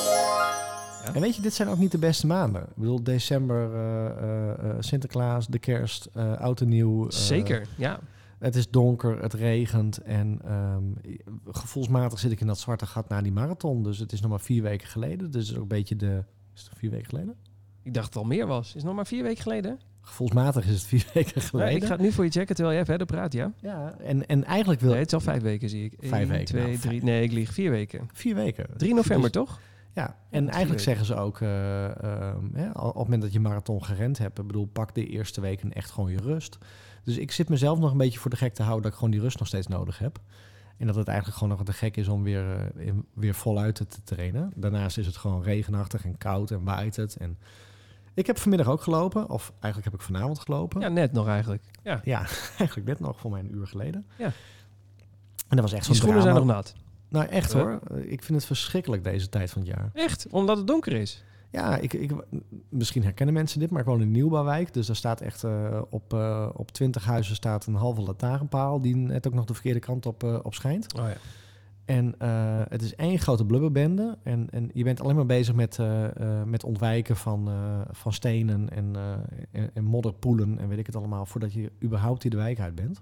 Ja. En weet je, dit zijn ook niet de beste maanden. Ik bedoel, december, uh, uh, Sinterklaas, de kerst, uh, oud en nieuw. Uh, Zeker, ja. Het is donker, het regent en um, gevoelsmatig zit ik in dat zwarte gat na die marathon. Dus het is nog maar vier weken geleden. Dus het is ook een beetje de... Is het vier weken geleden? Ik dacht het al meer was. Is het nog maar vier weken geleden? Gevoelsmatig is het vier weken geleden. Ja, ik ga het nu voor je checken terwijl jij verder praat, ja? Ja, en, en eigenlijk wil... Nee, het is al vijf weken, zie ik. Vijf Eén, weken, twee, nou, drie... vijf. Nee, ik lieg. Vier weken. Vier weken. drie november, Dus, toch? ja, en Ja, eigenlijk weken. zeggen ze ook... Uh, uh, ja, op het moment dat je marathon gerend hebt... Ik bedoel, pak de eerste weken echt gewoon je rust. Dus ik zit mezelf nog een beetje voor de gek te houden... dat ik gewoon die rust nog steeds nodig heb. En dat het eigenlijk gewoon nog te gek is om weer, uh, in, weer voluit te trainen. Daarnaast is het gewoon regenachtig en koud en waait het. En ik heb vanmiddag ook gelopen. Of eigenlijk heb ik vanavond gelopen. Ja, net nog eigenlijk. Ja. Ja, eigenlijk net nog, voor mij een uur geleden. Ja. En dat was echt Die zo'n schoenen zijn drama. nog nat. Nou, echt Ja. hoor. Ik vind het verschrikkelijk deze tijd van het jaar. Echt? Omdat het donker is? Ja, ik, ik, misschien herkennen mensen dit, maar ik woon in een nieuwbouwwijk. Dus daar staat echt uh, op, uh, op twintig huizen staat een halve lantaarnpaal... die net ook nog de verkeerde kant op, uh, op schijnt. Oh ja. En uh, het is één grote blubberbende. En, en je bent alleen maar bezig met, uh, uh, met ontwijken van, uh, van stenen en, uh, en, en modderpoelen... en weet ik het allemaal, voordat je überhaupt die de wijk uit bent.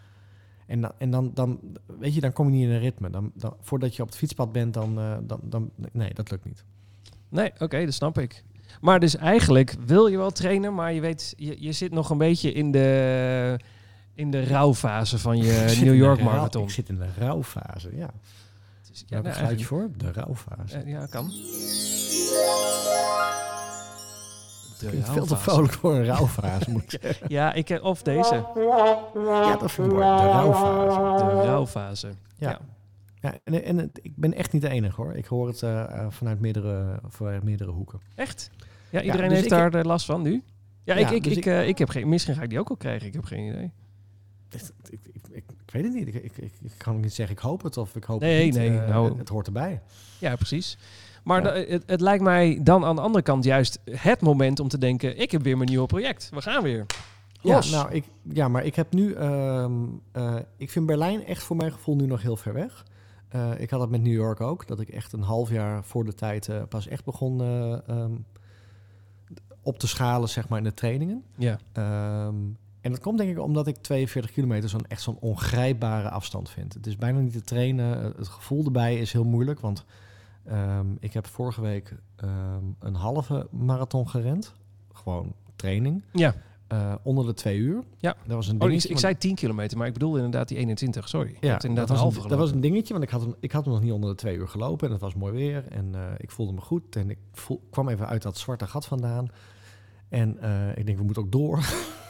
En, dan, en dan, dan, weet je, dan kom je niet in een ritme. Dan, dan, voordat je op het fietspad bent, dan, uh, dan, dan... Nee, dat lukt niet. Nee, oké, okay, dat snap ik. Maar dus eigenlijk wil je wel trainen, maar je weet, je, je zit nog een beetje in de, in de rouwfase van je New York Marathon. Ik zit in de rouwfase, ja. Dus, ja, heb ik een geluidje voor? De rouwfase. Ja, ja kan. De veel te vrolijk voor een rouwfase, moet ik zeggen. Ja, ik, of deze. Ja, dat vind ik mooi. De rouwfase. De rouwfase. Ja. ja. Ja, en, en het, ik ben echt niet de enige hoor. Ik hoor het uh, vanuit meerdere, vanuit meerdere hoeken. Echt? Ja, iedereen ja, dus heeft daar heb... last van nu? Ja, ja ik, ik, dus ik, ik, uh, ik heb geen... Misschien ga ik die ook al krijgen. Ik heb geen idee. Ik, ik, ik, ik, ik weet het niet. Ik, ik, ik, ik kan ook niet zeggen ik hoop het of ik hoop nee, het niet. Nee, uh, nou, het, het hoort erbij. Ja, precies. Maar ja. de, het, het lijkt mij dan aan de andere kant juist het moment om te denken... ik heb weer mijn nieuwe project. We gaan weer. Los. Ja, nou, ik, ja, maar ik heb nu... Um, uh, ik vind Berlijn echt voor mijn gevoel nu nog heel ver weg. Uh, ik had het met New York ook. Dat ik echt een half jaar voor de tijd uh, pas echt begon uh, um, op te schalen, zeg maar, in de trainingen. Ja. Um, en dat komt denk ik omdat ik tweeënveertig kilometer zo'n echt zo'n ongrijpbare afstand vind. Het is bijna niet te trainen. Het gevoel erbij is heel moeilijk, want um, ik heb vorige week um, een halve marathon gerend. Gewoon training. Ja. Uh, onder de twee uur. Ja. Dat was een oh, dingetje. ik, ik zei tien kilometer, maar ik bedoelde inderdaad die eenentwintig. Sorry. Ja, dat, inderdaad dat, een was een, halve dat was een dingetje, want ik had, hem, ik had hem nog niet onder de twee uur gelopen. En het was mooi weer. En uh, ik voelde me goed. En ik voel, kwam even uit dat zwarte gat vandaan. En uh, ik denk, we moeten ook door.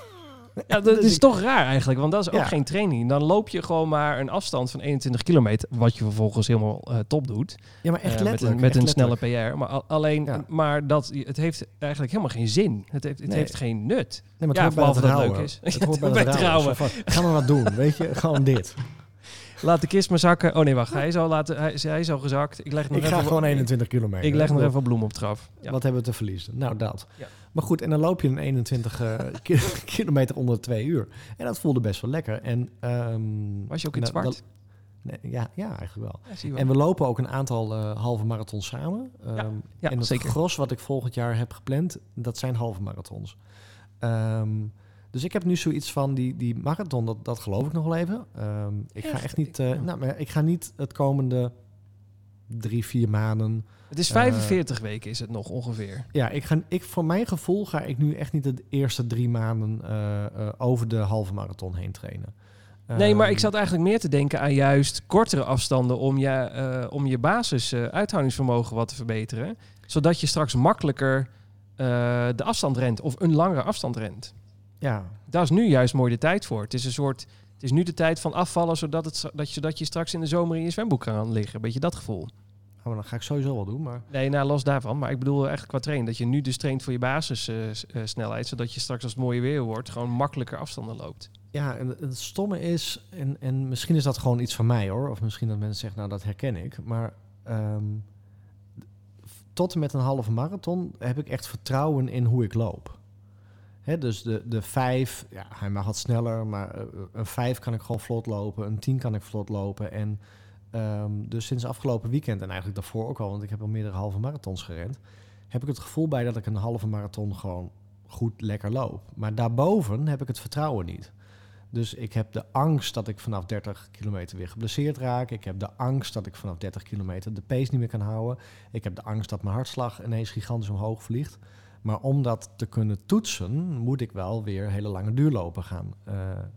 Ja, dat dus is ik, toch raar eigenlijk, want dat is ook ja. geen training. Dan loop je gewoon maar een afstand van eenentwintig kilometer, wat je vervolgens helemaal uh, top doet. Ja, maar echt uh, letterlijk. Met een, met echt een snelle letterlijk. P R. Maar al, alleen, Ja. maar dat, het heeft eigenlijk helemaal geen zin. Het heeft, het Nee. heeft geen nut. Nee, maar het ja, hoort bij het behalve dat het trouwen. leuk is. Het Ja, hoort bij bij het trouwen. trouwen. Zo van, gaan we wat doen, weet je? Gewoon dit. Laat de kist maar zakken. Oh nee, wacht. Hij is al, laten, hij, hij is al gezakt. Ik leg nog Ik even ga gewoon eenentwintig kilometer. Ik leg nog even bloem op traf. Ja. Wat hebben we te verliezen? Nou, dat. Ja. Maar goed, en dan loop je een eenentwintig uh, kilometer onder de twee uur. En dat voelde best wel lekker. En, um, Was je ook in het nou, zwart? Dat, nee, ja, ja, eigenlijk wel. Ja, zie je wel. En we lopen ook een aantal uh, halve marathons samen. Um, Ja, ja, en het zeker. gros wat ik volgend jaar heb gepland, dat zijn halve marathons. Um, dus ik heb nu zoiets van, die, die marathon, dat, dat geloof ik nog wel even. Um, ik Echt? ga echt niet, uh, nou, maar ik ga niet het komende drie, vier maanden... Het is vijfenveertig uh, weken is het nog ongeveer. Ja, ik ga, ik, voor mijn gevoel ga ik nu echt niet de eerste drie maanden uh, uh, over de halve marathon heen trainen. Nee, maar ik zat eigenlijk meer te denken aan juist kortere afstanden om je, uh, om je basis uh, uithoudingsvermogen wat te verbeteren. Zodat je straks makkelijker uh, de afstand rent of een langere afstand rent. Ja. Daar is nu juist mooi de tijd voor. Het is een soort, het is nu de tijd van afvallen, zodat, het, dat, je, zodat je straks in de zomer in je zwembroek kan liggen. Een beetje dat gevoel. Oh, dan ga ik sowieso wel doen, maar... Nee, nou, los daarvan. Maar ik bedoel echt qua trainen. Dat je nu dus traint voor je basissnelheid. Uh, zodat je straks als het mooie weer wordt gewoon makkelijker afstanden loopt. Ja, en het stomme is... En, en misschien is dat gewoon iets van mij, hoor. Of misschien dat mensen zeggen, nou, dat herken ik. Maar um, tot en met een halve marathon heb ik echt vertrouwen in hoe ik loop. Hè, dus de, de vijf, ja, hij mag wat sneller. Maar uh, een vijf kan ik gewoon vlot lopen. Een tien kan ik vlot lopen. En... Um, dus sinds afgelopen weekend en eigenlijk daarvoor ook al, want ik heb al meerdere halve marathons gerend, heb ik het gevoel bij dat ik een halve marathon gewoon goed lekker loop. Maar daarboven heb ik het vertrouwen niet. Dus ik heb de angst dat ik vanaf dertig kilometer weer geblesseerd raak. Ik heb de angst dat ik vanaf dertig kilometer de pace niet meer kan houden. Ik heb de angst dat mijn hartslag ineens gigantisch omhoog vliegt. Maar om dat te kunnen toetsen, moet ik wel weer hele lange duurlopen gaan uh,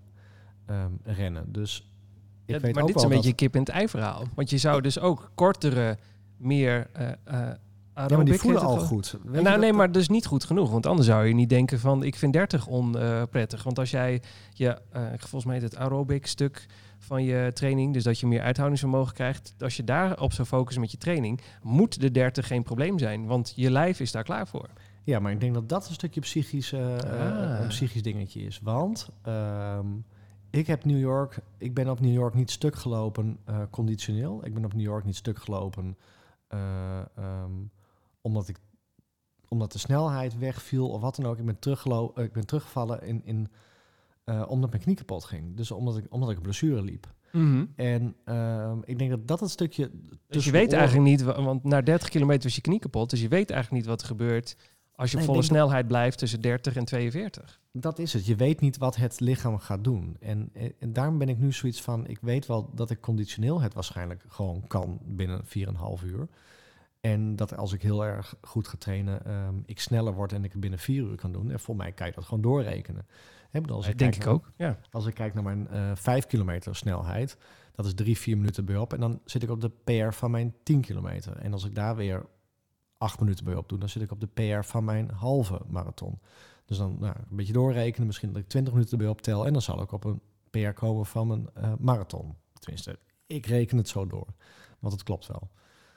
um, rennen. Dus Ja, weet maar ook dit is een wel beetje dat... kip in het ei verhaal. Want je zou dus ook kortere, meer uh, uh, Ja, maar die voelen al goed. Weet nou, nee, dat... maar dus niet goed genoeg. Want anders zou je niet denken van, ik vind dertig onprettig. Uh, want als jij, je, uh, volgens mij heet het aerobic stuk van je training, dus dat je meer uithoudingsvermogen krijgt. Als je daarop zou focussen met je training, moet de dertig geen probleem zijn. Want je lijf is daar klaar voor. Ja, maar ik denk dat dat een stukje psychisch, uh, ah. een psychisch dingetje is. Want... Um, Ik heb New York, ik ben op New York niet stuk gelopen uh, conditioneel. Ik ben op New York niet stuk gelopen uh, um, omdat, ik, omdat de snelheid wegviel of wat dan ook. Ik ben, teruggelo- uh, ik ben teruggevallen in, in, uh, omdat mijn knie kapot ging. Dus omdat ik, omdat ik een blessure liep. Mm-hmm. En uh, ik denk dat dat het stukje... Dus je weet eigenlijk niet, want na dertig kilometer was je knie kapot. Dus je weet eigenlijk niet wat er gebeurt als je op nee, volle snelheid dat... blijft tussen dertig en tweeënveertig. Dat is het. Je weet niet wat het lichaam gaat doen. En, en daarom ben ik nu zoiets van... Ik weet wel dat ik conditioneel het waarschijnlijk gewoon kan binnen vier komma vijf uur. En dat als ik heel erg goed ga trainen... Um, ik sneller word en ik het binnen vier uur kan doen. En voor mij kan je dat gewoon doorrekenen. He, bedoel, als Ja, ik denk kijk ik naar, ook, ja. Als ik kijk naar mijn uh, vijf kilometer snelheid... Dat is drie, vier minuten bij op. En dan zit ik op de P R van mijn tien kilometer. En als ik daar weer acht minuten bij op doe... dan zit ik op de P R van mijn halve marathon. Dus dan nou, een beetje doorrekenen, misschien dat ik twintig minuten erbij optel... en dan zal ik op een P R komen van mijn uh, marathon. Tenminste, ik reken het zo door, want het klopt wel.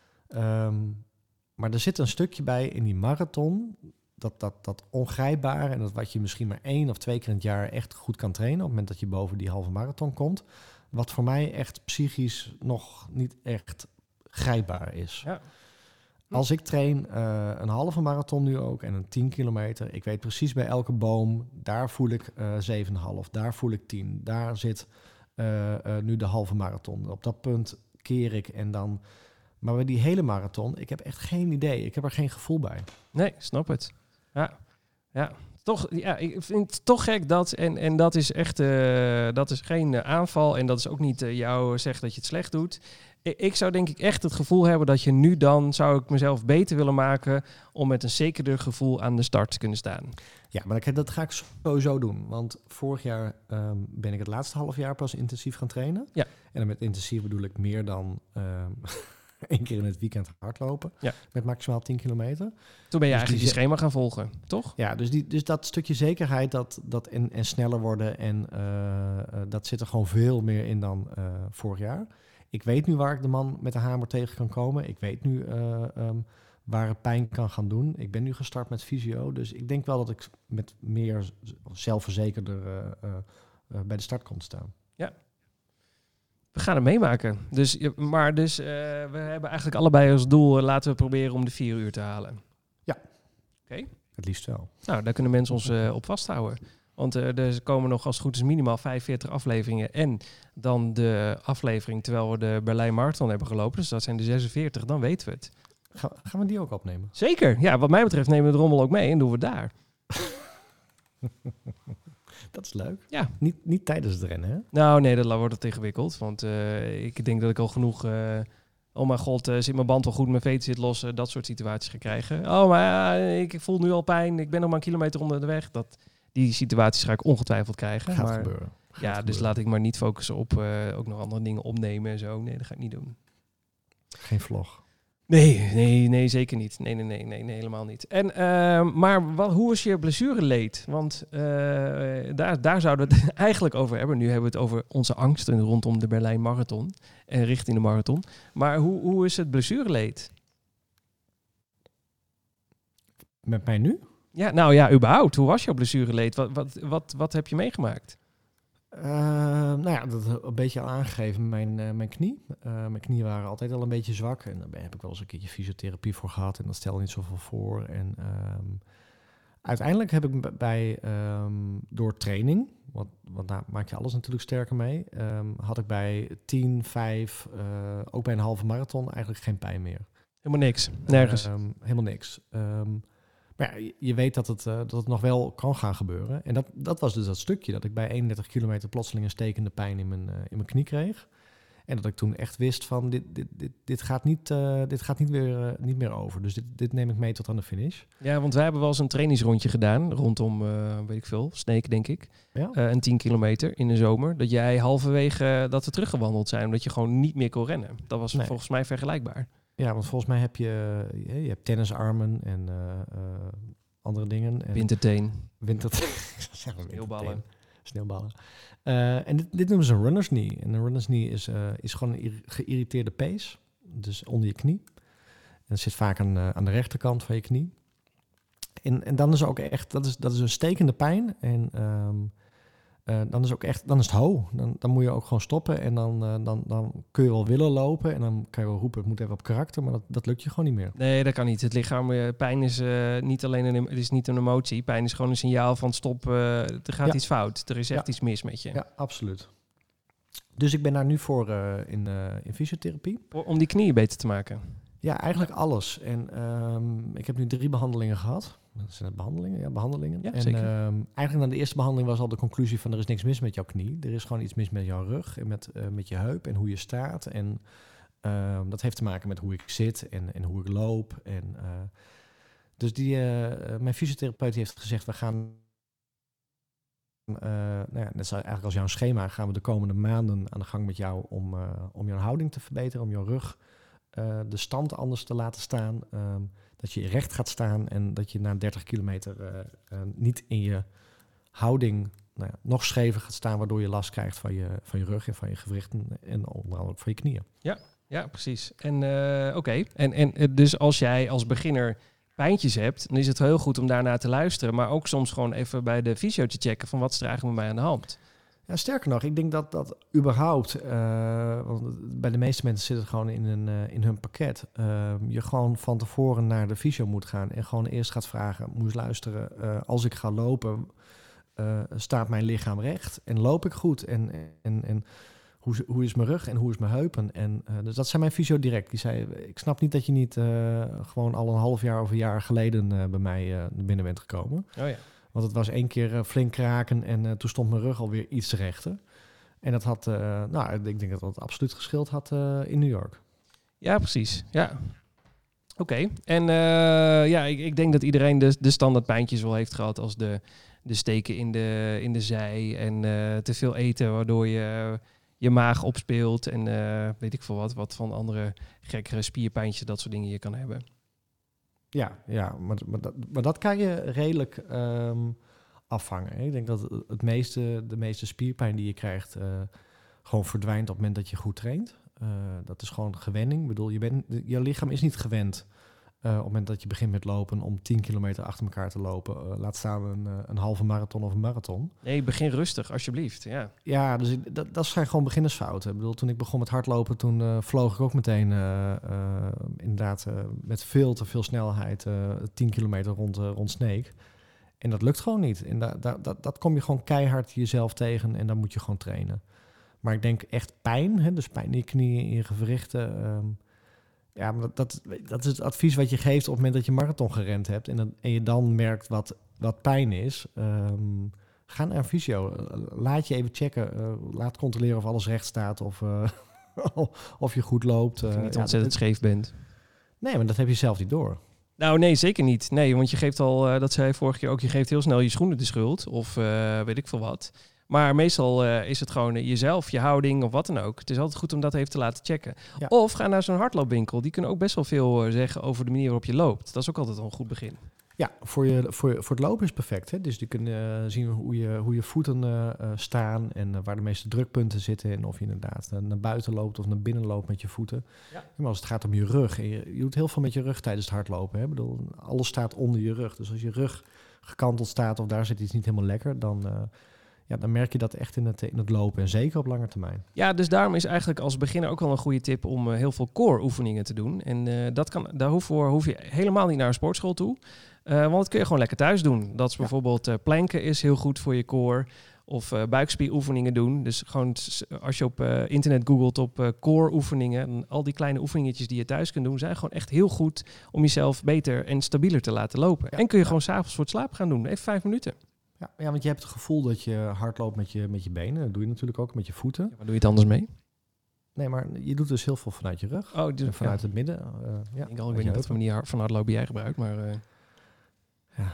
Um, maar er zit een stukje bij in die marathon... dat, dat, dat ongrijpbare en dat wat je misschien maar één of twee keer in het jaar... echt goed kan trainen op het moment dat je boven die halve marathon komt... wat voor mij echt psychisch nog niet echt grijpbaar is. Ja. Als ik train uh, een halve marathon nu ook en een tien kilometer... ik weet precies bij elke boom, daar voel ik uh, zeven komma vijf, daar voel ik tien. Daar zit uh, uh, nu de halve marathon. Op dat punt keer ik en dan... Maar bij die hele marathon, ik heb echt geen idee. Ik heb er geen gevoel bij. Nee, snap het. Ja, ja. Toch, ja, ik vind het toch gek dat, en, en dat is echt, uh, dat is geen uh, aanval en dat is ook niet uh, jou zegt dat je het slecht doet. Ik, ik zou denk ik echt het gevoel hebben dat je nu dan, zou ik mezelf beter willen maken om met een zekerder gevoel aan de start te kunnen staan. Ja, maar dat, dat ga ik sowieso doen. Want vorig jaar um, ben ik het laatste half jaar pas intensief gaan trainen. Ja. En dan met intensief bedoel ik meer dan... Um, Eén keer in het weekend hardlopen. Ja. Met maximaal tien kilometer. Toen ben je dus eigenlijk die schema gaan volgen, toch? Ja, dus, die, dus dat stukje zekerheid dat, dat en, en sneller worden. En uh, uh, dat zit er gewoon veel meer in dan uh, vorig jaar. Ik weet nu waar ik de man met de hamer tegen kan komen. Ik weet nu uh, um, waar het pijn kan gaan doen. Ik ben nu gestart met fysio. Dus ik denk wel dat ik met meer zelfverzekerder uh, uh, uh, bij de start kon staan. Ja. We gaan het meemaken. Dus, maar dus, uh, we hebben eigenlijk allebei als doel... Uh, laten we proberen om de vier uur te halen. Ja. Oké. Okay. Het liefst wel. Nou, daar kunnen mensen ons uh, op vasthouden. Want uh, er komen nog als het goed is minimaal vijfenveertig afleveringen. En dan de aflevering terwijl we de Berlijn Marathon hebben gelopen. Dus dat zijn de zesenveertig, dan weten we het. Ga, gaan we die ook opnemen? Zeker. Ja, wat mij betreft nemen we de rommel ook mee en doen we het daar. Dat is leuk. Ja. Niet, niet tijdens het rennen, hè? Nou, nee, dat wordt het ingewikkeld. Want uh, ik denk dat ik al genoeg... Uh, oh mijn god, uh, zit mijn band wel goed, mijn veet zit los. Uh, dat soort situaties ga krijgen. Oh, maar uh, ik voel nu al pijn. Ik ben nog maar een kilometer onder de weg. Dat, die situaties ga ik ongetwijfeld krijgen. Gaat maar, gebeuren. Gaat ja, dus gebeuren. laat ik maar niet focussen op uh, ook nog andere dingen opnemen en zo. Nee, dat ga ik niet doen. Geen vlog. Nee, nee, nee, zeker niet. Nee, nee, nee, nee, nee helemaal niet. En, uh, maar wat, hoe is je blessureleed? Want uh, daar, daar zouden we het eigenlijk over hebben. Nu hebben we het over onze angsten rondom de Berlijn Marathon en richting de marathon. Maar hoe, hoe is het blessureleed? Met mij nu? Ja, nou ja, überhaupt. Hoe was jouw blessureleed? Wat, wat, wat, wat heb je meegemaakt? Uh, nou ja, dat een beetje al aangegeven. Mijn, uh, mijn knie. Uh, mijn knieën waren altijd al een beetje zwak. En daar heb ik wel eens een keertje fysiotherapie voor gehad. En dat stelde niet zoveel voor. En um, uiteindelijk heb ik bij, um, door training, want, want daar maak je alles natuurlijk sterker mee, um, had ik bij tien, vijf, uh, ook bij een halve marathon eigenlijk geen pijn meer. Helemaal niks. Nergens. Uh, um, helemaal niks. Um, Maar ja, je weet dat het, uh, dat het nog wel kan gaan gebeuren. En dat, dat was dus dat stukje dat ik bij eenendertig kilometer plotseling een stekende pijn in mijn, uh, in mijn knie kreeg. En dat ik toen echt wist van dit, dit, dit, dit gaat, niet, uh, dit gaat niet, weer, uh, niet meer over. Dus dit, dit neem ik mee tot aan de finish. Ja, want wij hebben wel eens een trainingsrondje gedaan rondom, uh, weet ik veel, Sneek denk ik. Ja? Uh, een tien kilometer in de zomer. Dat jij halverwege uh, dat we teruggewandeld zijn, omdat je gewoon niet meer kon rennen. Dat was nee. volgens mij vergelijkbaar. Ja, want volgens mij heb je, je hebt tennisarmen en uh, uh, andere dingen. En winterteen. Winterteen. Sneeuwballen. Sneeuwballen. Uh, en dit, dit noemen ze een runner's knee. En een runner's knee is, uh, is gewoon een geïrriteerde pees. Dus onder je knie. En dat zit vaak aan, uh, aan de rechterkant van je knie. En, en dan is ook echt, dat is, dat is een stekende pijn. En um, uh, dan is ook echt, dan is het ho. Dan, dan moet je ook gewoon stoppen. En dan, uh, dan, dan kun je wel willen lopen. En dan kan je wel roepen, het moet even op karakter. Maar dat, dat lukt je gewoon niet meer. Nee, dat kan niet. Het lichaam, pijn is uh, niet alleen een, het is niet een emotie. Pijn is gewoon een signaal van stop, uh, er gaat ja. iets fout. Er is echt ja. iets mis met je. Ja, absoluut. Dus ik ben daar nu voor uh, in, uh, in fysiotherapie. Om die knieën beter te maken? Ja, eigenlijk alles. En um, ik heb nu drie behandelingen gehad. Dat zijn het behandelingen? Ja, behandelingen. Ja, en um, eigenlijk na de eerste behandeling was al de conclusie van er is niks mis met jouw knie. Er is gewoon iets mis met jouw rug en met, uh, met je heup en hoe je staat. En uh, dat heeft te maken met hoe ik zit en, en hoe ik loop. En, uh, dus die, uh, mijn fysiotherapeut heeft gezegd, we gaan... Uh, nou ja, net zoals eigenlijk als jouw schema gaan we de komende maanden aan de gang met jou om, uh, om jouw houding te verbeteren, om jouw rug uh, de stand anders te laten staan. Um, dat je recht gaat staan en dat je na dertig kilometer uh, uh, niet in je houding nou ja, nog schever gaat staan, waardoor je last krijgt van je, van je rug en van je gewrichten en onder andere ook van je knieën. Ja, ja precies. En uh, oké, okay. en, en dus als jij als beginner pijntjes hebt, dan is het heel goed om daarnaar te luisteren, maar ook soms gewoon even bij de fysio te checken van wat is er eigenlijk met mij aan de hand. Ja, sterker nog, ik denk dat dat überhaupt, uh, want bij de meeste mensen zit het gewoon in, een, uh, in hun pakket, uh, je gewoon van tevoren naar de fysio moet gaan en gewoon eerst gaat vragen, moet eens luisteren, uh, als ik ga lopen, uh, staat mijn lichaam recht en loop ik goed en, en, en hoe, is- hoe is mijn rug en hoe is mijn heupen? En uh, dus dat zei mijn fysio direct. Die zei, ik snap niet dat je niet uh, gewoon al een half jaar of een jaar geleden uh, bij mij uh, binnen bent gekomen. Oh ja. Want het was één keer uh, flink kraken en uh, toen stond mijn rug alweer iets rechter. En dat had, uh, nou, ik denk dat dat absoluut geschild had uh, in New York. Ja, precies. Ja. Oké. Okay. En uh, ja, ik, ik denk dat iedereen de, de standaard pijntjes wel heeft gehad als de, de steken in de, in de zij en uh, te veel eten, waardoor je uh, je maag opspeelt en uh, weet ik veel wat, wat van andere gekkere spierpijntjes, dat soort dingen je kan hebben. Ja, ja maar, maar, dat, maar dat kan je redelijk um, afvangen. Hè? Ik denk dat het meeste, de meeste spierpijn die je krijgt uh, gewoon verdwijnt op het moment dat je goed traint. Uh, dat is gewoon gewenning. Ik bedoel, je, bent, je lichaam is niet gewend uh, op het moment dat je begint met lopen om tien kilometer achter elkaar te lopen. Uh, laat staan een, uh, een halve marathon of een marathon. Nee, begin rustig, alsjeblieft. Ja, ja dus ik, dat, dat zijn gewoon beginnersfouten. Ik bedoel, toen ik begon met hardlopen, toen uh, vloog ik ook meteen uh, uh, inderdaad uh, met veel te veel snelheid uh, tien kilometer rond, uh, rond Sneek. En dat lukt gewoon niet. En da, da, dat, dat kom je gewoon keihard jezelf tegen en dan moet je gewoon trainen. Maar ik denk echt pijn, hè, dus pijn in je knieën, in je gewrichten. Um, ja, maar dat, dat, dat is het advies wat je geeft op het moment dat je marathon gerend hebt. En, dan, en je dan merkt wat, wat pijn is. Um, ga naar een fysio. Laat je even checken. Uh, laat controleren of alles recht staat of, uh, of je goed loopt. Uh, of je niet ja, ontzettend dat, scheef bent. Nee, maar dat heb je zelf niet door. Nou, nee, zeker niet. Nee, want je geeft al, uh, dat zei je vorige keer ook, je geeft heel snel je schoenen de schuld. Of uh, weet ik veel wat. Maar meestal uh, is het gewoon uh, jezelf, je houding of wat dan ook. Het is altijd goed om dat even te laten checken. Ja. Of ga naar zo'n hardloopwinkel. Die kunnen ook best wel veel uh, zeggen over de manier waarop je loopt. Dat is ook altijd al een goed begin. Ja, voor, je, voor, je, voor het lopen is het perfect. Hè? Dus die kunnen uh, zien hoe je, hoe je voeten uh, staan en uh, waar de meeste drukpunten zitten. En of je inderdaad uh, naar buiten loopt of naar binnen loopt met je voeten. Ja. Maar als het gaat om je rug, en je, je doet heel veel met je rug tijdens het hardlopen. Hè? Ik bedoel, alles staat onder je rug. Dus als je rug gekanteld staat of daar zit iets niet helemaal lekker, dan... Uh, Ja, dan merk je dat echt in het, in het lopen en zeker op lange termijn. Ja, dus daarom is eigenlijk als beginner ook wel een goede tip om uh, heel veel core oefeningen te doen. En uh, dat kan, daarvoor hoef je helemaal niet naar een sportschool toe. Uh, want dat kun je gewoon lekker thuis doen. Dat is bijvoorbeeld uh, planken is heel goed voor je core. Of uh, buikspieroefeningen doen. Dus gewoon als je op uh, internet googelt op uh, core oefeningen. Al die kleine oefeningetjes die je thuis kunt doen, zijn gewoon echt heel goed om jezelf beter en stabieler te laten lopen. Ja. En kun je gewoon 's avonds voor het slapen gaan doen. Even vijf minuten. Ja, ja, want je hebt het gevoel dat je hard loopt met je, met je benen. Dat doe je natuurlijk ook met je voeten. Ja, maar doe je het anders mee? Nee, maar je doet dus heel veel vanuit je rug. Oh, dus, vanuit ja. het midden. Uh, ja, ik denk al, ik weet niet wat voor manier van hardlopen jij gebruikt, maar... Uh, ja.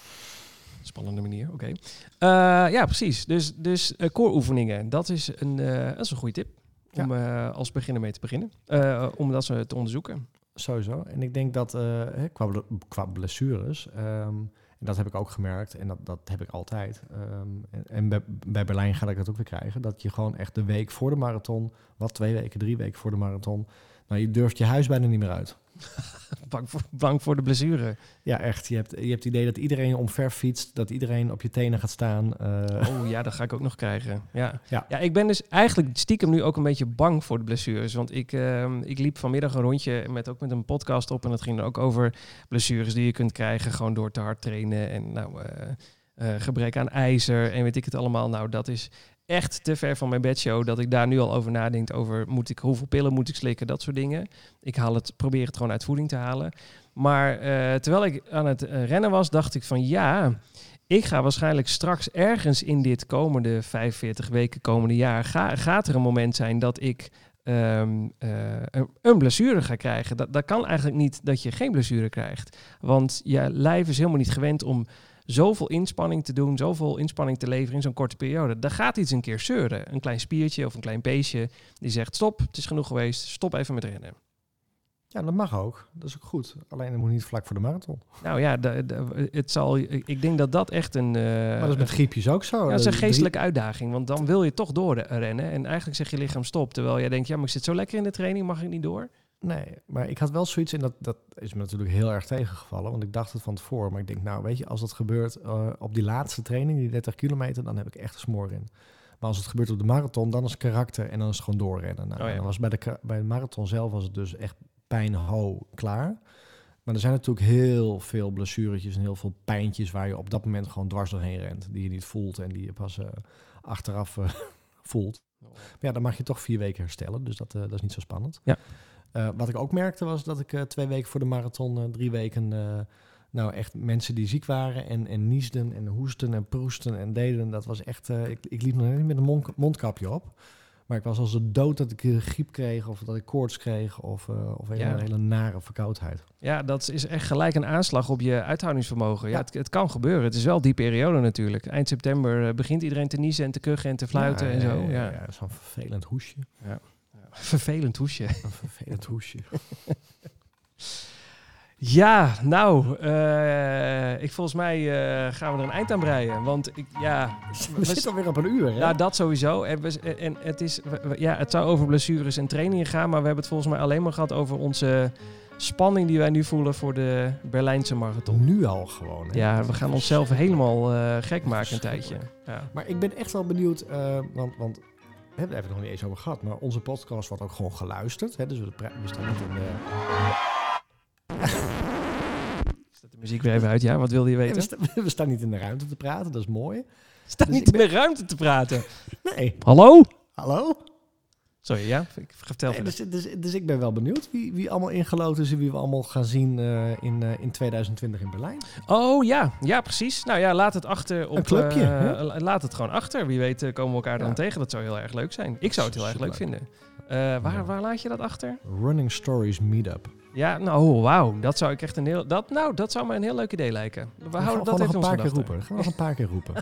Spannende manier, oké. Okay. Uh, ja, precies. Dus, dus uh, core oefeningen, dat is een, uh, dat is een goede tip. Om ja. uh, als beginner mee te beginnen. Uh, om dat te onderzoeken. Sowieso. En ik denk dat uh, qua, qua blessures... Um, En dat heb ik ook gemerkt en dat, dat heb ik altijd. Um, en en bij, bij Berlijn ga ik dat ook weer krijgen. Dat je gewoon echt de week voor de marathon, wat twee weken, drie weken voor de marathon... Nou, je durft je huis bijna niet meer uit. bang, voor, bang voor de blessure. Ja, echt. Je hebt, je hebt het idee dat iedereen omver fietst, dat iedereen op je tenen gaat staan. Uh... Oh ja, dat ga ik ook nog krijgen. Ja. Ja. ja, ik ben dus eigenlijk stiekem nu ook een beetje bang voor de blessures. Want ik, uh, ik liep vanmiddag een rondje met, ook met een podcast op. En dat ging er ook over blessures die je kunt krijgen gewoon door te hard trainen. En nou, uh, uh, gebrek aan ijzer en weet ik het allemaal. Nou, dat is... echt te ver van mijn bedshow dat ik daar nu al over nadenk over moet ik, hoeveel pillen moet ik slikken, dat soort dingen. Ik haal het, probeer het gewoon uit voeding te halen. Maar uh, terwijl ik aan het uh, rennen was, dacht ik van ja, ik ga waarschijnlijk straks ergens in dit komende vijfenveertig weken, komende jaar, ga, gaat er een moment zijn dat ik um, uh, een, een blessure ga krijgen. Dat, dat kan eigenlijk niet dat je geen blessure krijgt. Want je lijf is helemaal niet gewend om zoveel inspanning te doen, zoveel inspanning te leveren in zo'n korte periode. Daar gaat iets een keer zeuren. Een klein spiertje of een klein beestje die zegt stop, het is genoeg geweest, stop even met rennen. Ja, dat mag ook. Dat is ook goed. Alleen het moet niet vlak voor de marathon. Nou ja, de, de, het zal, ik denk dat dat echt een... Uh, maar dat is met griepjes ook zo. Ja, dat is een geestelijke uitdaging, want dan wil je toch doorrennen. En eigenlijk zeg je lichaam stop, terwijl jij denkt, ja, maar ik zit zo lekker in de training, mag ik niet door? Nee, maar ik had wel zoiets en dat, dat is me natuurlijk heel erg tegengevallen. Want ik dacht het van tevoren. Maar ik denk, nou weet je, als dat gebeurt uh, op die laatste training, die dertig kilometer, dan heb ik echt een smoor in. Maar als het gebeurt op de marathon, dan is het karakter en dan is het gewoon doorrennen. Nou, oh ja. Dan was bij, de, bij de marathon zelf was het dus echt pijn, ho, klaar. Maar er zijn natuurlijk heel veel blessuretjes en heel veel pijntjes waar je op dat moment gewoon dwars doorheen rent. Die je niet voelt en die je pas uh, achteraf uh, voelt. Maar ja, dan mag je toch vier weken herstellen. Dus dat, uh, dat is niet zo spannend. Ja. Uh, wat ik ook merkte was dat ik uh, twee weken voor de marathon, uh, drie weken... Uh, nou, echt mensen die ziek waren en, en niesden en hoesten en proesten en deden. Dat was echt... Uh, ik, ik liep nog niet met een mond, mondkapje op. Maar ik was al zo dood dat ik uh, griep kreeg of dat ik koorts kreeg of, uh, of een ja. hele nare verkoudheid. Ja, dat is echt gelijk een aanslag op je uithoudingsvermogen. Ja, Ja. Het, het kan gebeuren. Het is wel die periode natuurlijk. Eind september uh, begint iedereen te niezen en te kuchen en te fluiten ja, en zo. Ja, ja, ja. ja, zo'n vervelend hoesje. Ja. Ja. Vervelend hoesje. Een vervelend hoesje. Ja, nou, uh, ik, volgens mij uh, gaan we er een eind aan breien. Want ik, ja... We, we zitten alweer op een uur, hè? Ja, dat sowieso. En, we, en het, is, we, ja, het zou over blessures en trainingen gaan, maar we hebben het volgens mij alleen maar gehad over onze spanning die wij nu voelen voor de Berlijnse marathon. Nu al gewoon, hè? Ja, we gaan onszelf helemaal uh, gek maken een tijdje. Ja. Maar ik ben echt wel benieuwd, uh, want... want we hebben het er nog niet eens over gehad, maar onze podcast wordt ook gewoon geluisterd. Hè? Dus we, we staan niet in de... Zet de muziek weer even uit, ja? Wat wilde je weten? We, sta, we staan niet in de ruimte te praten, dat is mooi. We staan dus niet ben... in de ruimte te praten. Nee. Hallo? Hallo? Sorry, ja? Ik vertel nee, dus, dus, dus ik ben wel benieuwd wie, wie allemaal ingeloten is en wie we allemaal gaan zien uh, in, uh, in tweeduizend twintig in Berlijn. Oh ja, ja precies. Nou ja, laat het achter op... Een clubje, uh, laat het gewoon achter. Wie weet uh, komen we elkaar dan ja. tegen. Dat zou heel erg leuk zijn. Ik zou het heel erg leuk vinden. Uh, waar, ja. waar laat je dat achter? Running Stories Meetup. Ja, nou wauw. Dat zou ik echt een heel... Dat, nou, dat zou me een heel leuk idee lijken. We, we houden dat even nog een paar keer roepen. Gaan we nog een paar keer roepen.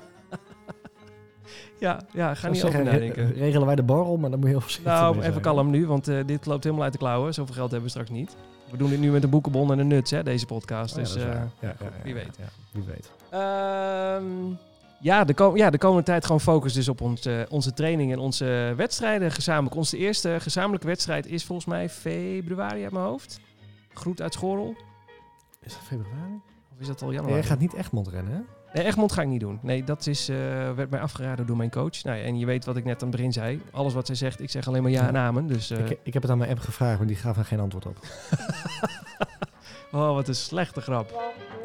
Ja, ja, ga niet zeggen, over nadenken. Regelen wij de borrel, maar dan moet je heel voorzichtig Nou, mee even zijn. kalm nu, want uh, dit loopt helemaal uit de klauwen. Zoveel geld hebben we straks niet. We doen dit nu met een boekenbon en een nuts, hè, deze podcast. Oh, ja, dus uh, ja, ja, ja, wie ja, weet. Ja, wie weet. Um, ja, de ko- ja, de komende tijd gewoon focus dus op ons, uh, onze training en onze wedstrijden gezamenlijk. Onze eerste gezamenlijke wedstrijd is volgens mij februari uit mijn hoofd. Groet uit Schorrel. Is dat februari? Of is dat al Nee, januari? jij gaat niet Egmond rennen, hè? Nee, Egmond ga ik niet doen. Nee, dat is, uh, werd mij afgeraden door mijn coach. Nou ja, en je weet wat ik net aan het begin zei. Alles wat zij zegt, ik zeg alleen maar ja en amen. Dus, uh... ik, ik heb het aan mijn app gevraagd, maar die gaf er geen antwoord op. Oh, wat een slechte grap.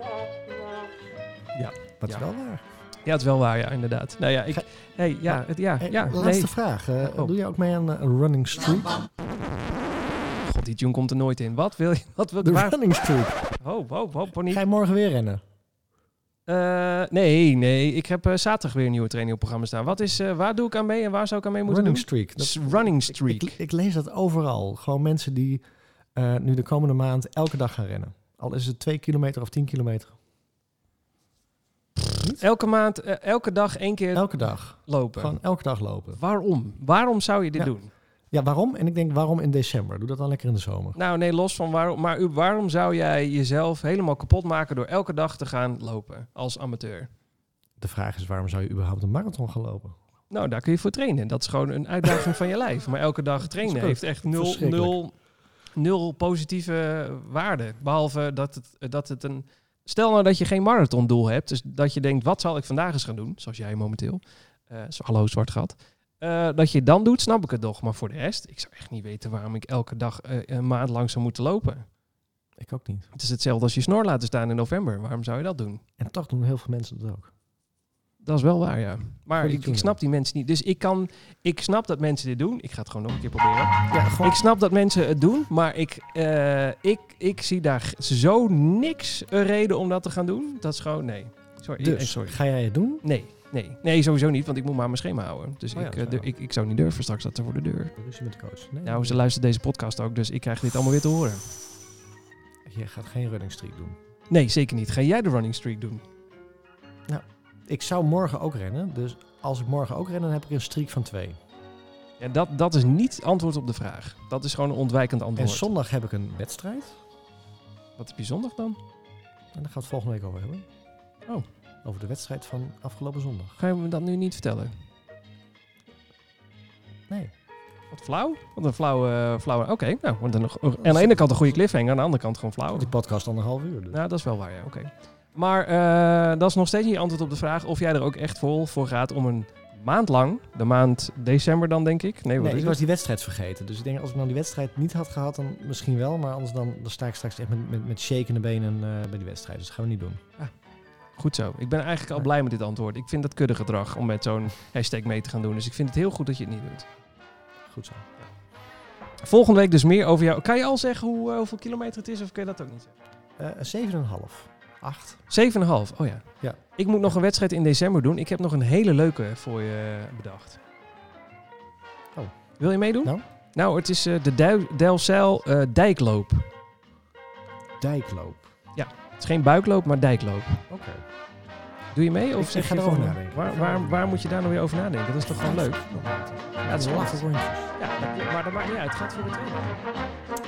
Ja. Dat ja. is wel waar. Ja, het is wel waar, ja, inderdaad. Nou ja, ik... Ga... Hey, ja, het, ja, hey, ja. Laatste nee. vraag. Uh, oh. Doe je ook mee aan uh, een running streak? God, die tune komt er nooit in. Wat wil je? Wat wil De waar... running streak. Ho, ho, ho, pony. Ga je morgen weer rennen? Uh, nee, nee. Ik heb uh, zaterdag weer een nieuwe training op programma staan. Wat is, uh, waar doe ik aan mee en waar zou ik aan mee moeten running doen? Streak. Dat, running streak. Ik, ik, ik lees dat overal. Gewoon mensen die uh, nu de komende maand elke dag gaan rennen. Al is het twee kilometer of tien kilometer. Elke maand, uh, elke dag één keer elke dag. lopen. Gewoon elke dag lopen. Waarom? Waarom zou je dit ja. doen? Ja, waarom? En ik denk, waarom in december? Doe dat dan lekker in de zomer. Nou, nee, los van waarom. Maar u, waarom zou jij jezelf helemaal kapot maken door elke dag te gaan lopen als amateur? De vraag is, waarom zou je überhaupt een marathon gaan lopen? Nou, daar kun je voor trainen. Dat is gewoon een uitdaging van je lijf. Maar elke dag trainen heeft echt nul, nul, nul positieve waarde. Behalve dat het, dat het een... Stel nou dat je geen marathondoel hebt. Dus dat je denkt, wat zal ik vandaag eens gaan doen? Zoals jij momenteel. Uh, zo, hallo, zwart gat. Uh, dat je het dan doet, snap ik het nog. Maar voor de rest, ik zou echt niet weten waarom ik elke dag uh, een maand lang zou moeten lopen. Ik ook niet. Het is hetzelfde als je snor laten staan in november. Waarom zou je dat doen? En toch doen heel veel mensen dat ook. Dat is wel waar, ja. Maar ik, ik snap die mensen niet. Dus ik kan, ik snap dat mensen dit doen. Ik ga het gewoon nog een keer proberen. Ja, gewoon... Ik snap dat mensen het doen, maar ik, uh, ik, ik zie daar zo niks een reden om dat te gaan doen. Dat is gewoon, nee. Sorry. Dus, sorry. Ga jij het doen? Nee, nee. Nee, sowieso niet, want ik moet maar mijn schema houden. Dus oh ja, ik, uh, de, ik, ik zou niet durven straks dat er voor de deur. Ruzie met de coach. Nee, nou, ze luistert deze podcast ook, dus ik krijg dit allemaal weer te horen. Je gaat geen running streak doen? Nee, zeker niet. Ga jij de running streak doen? Nou, ik zou morgen ook rennen. Dus als ik morgen ook ren, dan heb ik een streak van twee. Ja, dat, dat is niet antwoord op de vraag. Dat is gewoon een ontwijkend antwoord. En zondag heb ik een wedstrijd. Wat heb je zondag dan? En daar gaan we het volgende week over hebben. Oh. Over de wedstrijd van afgelopen zondag. Ga je me dat nu niet vertellen? Nee. Wat flauw? Wat een flauwe... flauwe. Oké, okay, nou, want dan nog, aan de ene kant een goede cliffhanger, aan de andere kant gewoon flauw. Die podcast anderhalf uur. Dus. Nou, dat is wel waar, ja. Oké. Okay. Maar uh, dat is nog steeds niet antwoord op de vraag of jij er ook echt vol voor gaat om een maand lang, de maand december dan, denk ik. Nee, wat nee is ik was het? die wedstrijd vergeten. Dus ik denk, als ik nou die wedstrijd niet had gehad, dan misschien wel. Maar anders dan, dan sta ik straks echt met, met, met shakende benen uh, bij die wedstrijd. Dus dat gaan we niet doen. Ah, goed zo. Ik ben eigenlijk al blij met dit antwoord. Ik vind dat kudde gedrag om met zo'n hashtag mee te gaan doen. Dus ik vind het heel goed dat je het niet doet. goed zo. Volgende week dus meer over jou. Kan je al zeggen hoe, uh, hoeveel kilometer het is of kun je dat ook niet zeggen? Uh, zeven komma vijf. acht. zeven komma vijf, oh ja. Ja. Ik moet nog een wedstrijd in december doen. Ik heb nog een hele leuke voor je bedacht. Oh. Wil je meedoen? Nou? Nou, het is uh, de Duil- Delfzijl uh, dijkloop. Dijkloop. Ja, het is geen buikloop, maar dijkloop. Oké. Okay. Doe je mee? Of ik, zeg ik ga je erover van, nadenken. Waar, waar, waar moet je daar nou weer over nadenken? Dat is toch gewoon leuk? Ja, Ja, het is laffe wel rondjes. Ja, dat, maar dat maakt niet uit. Het gaat voor de tweede.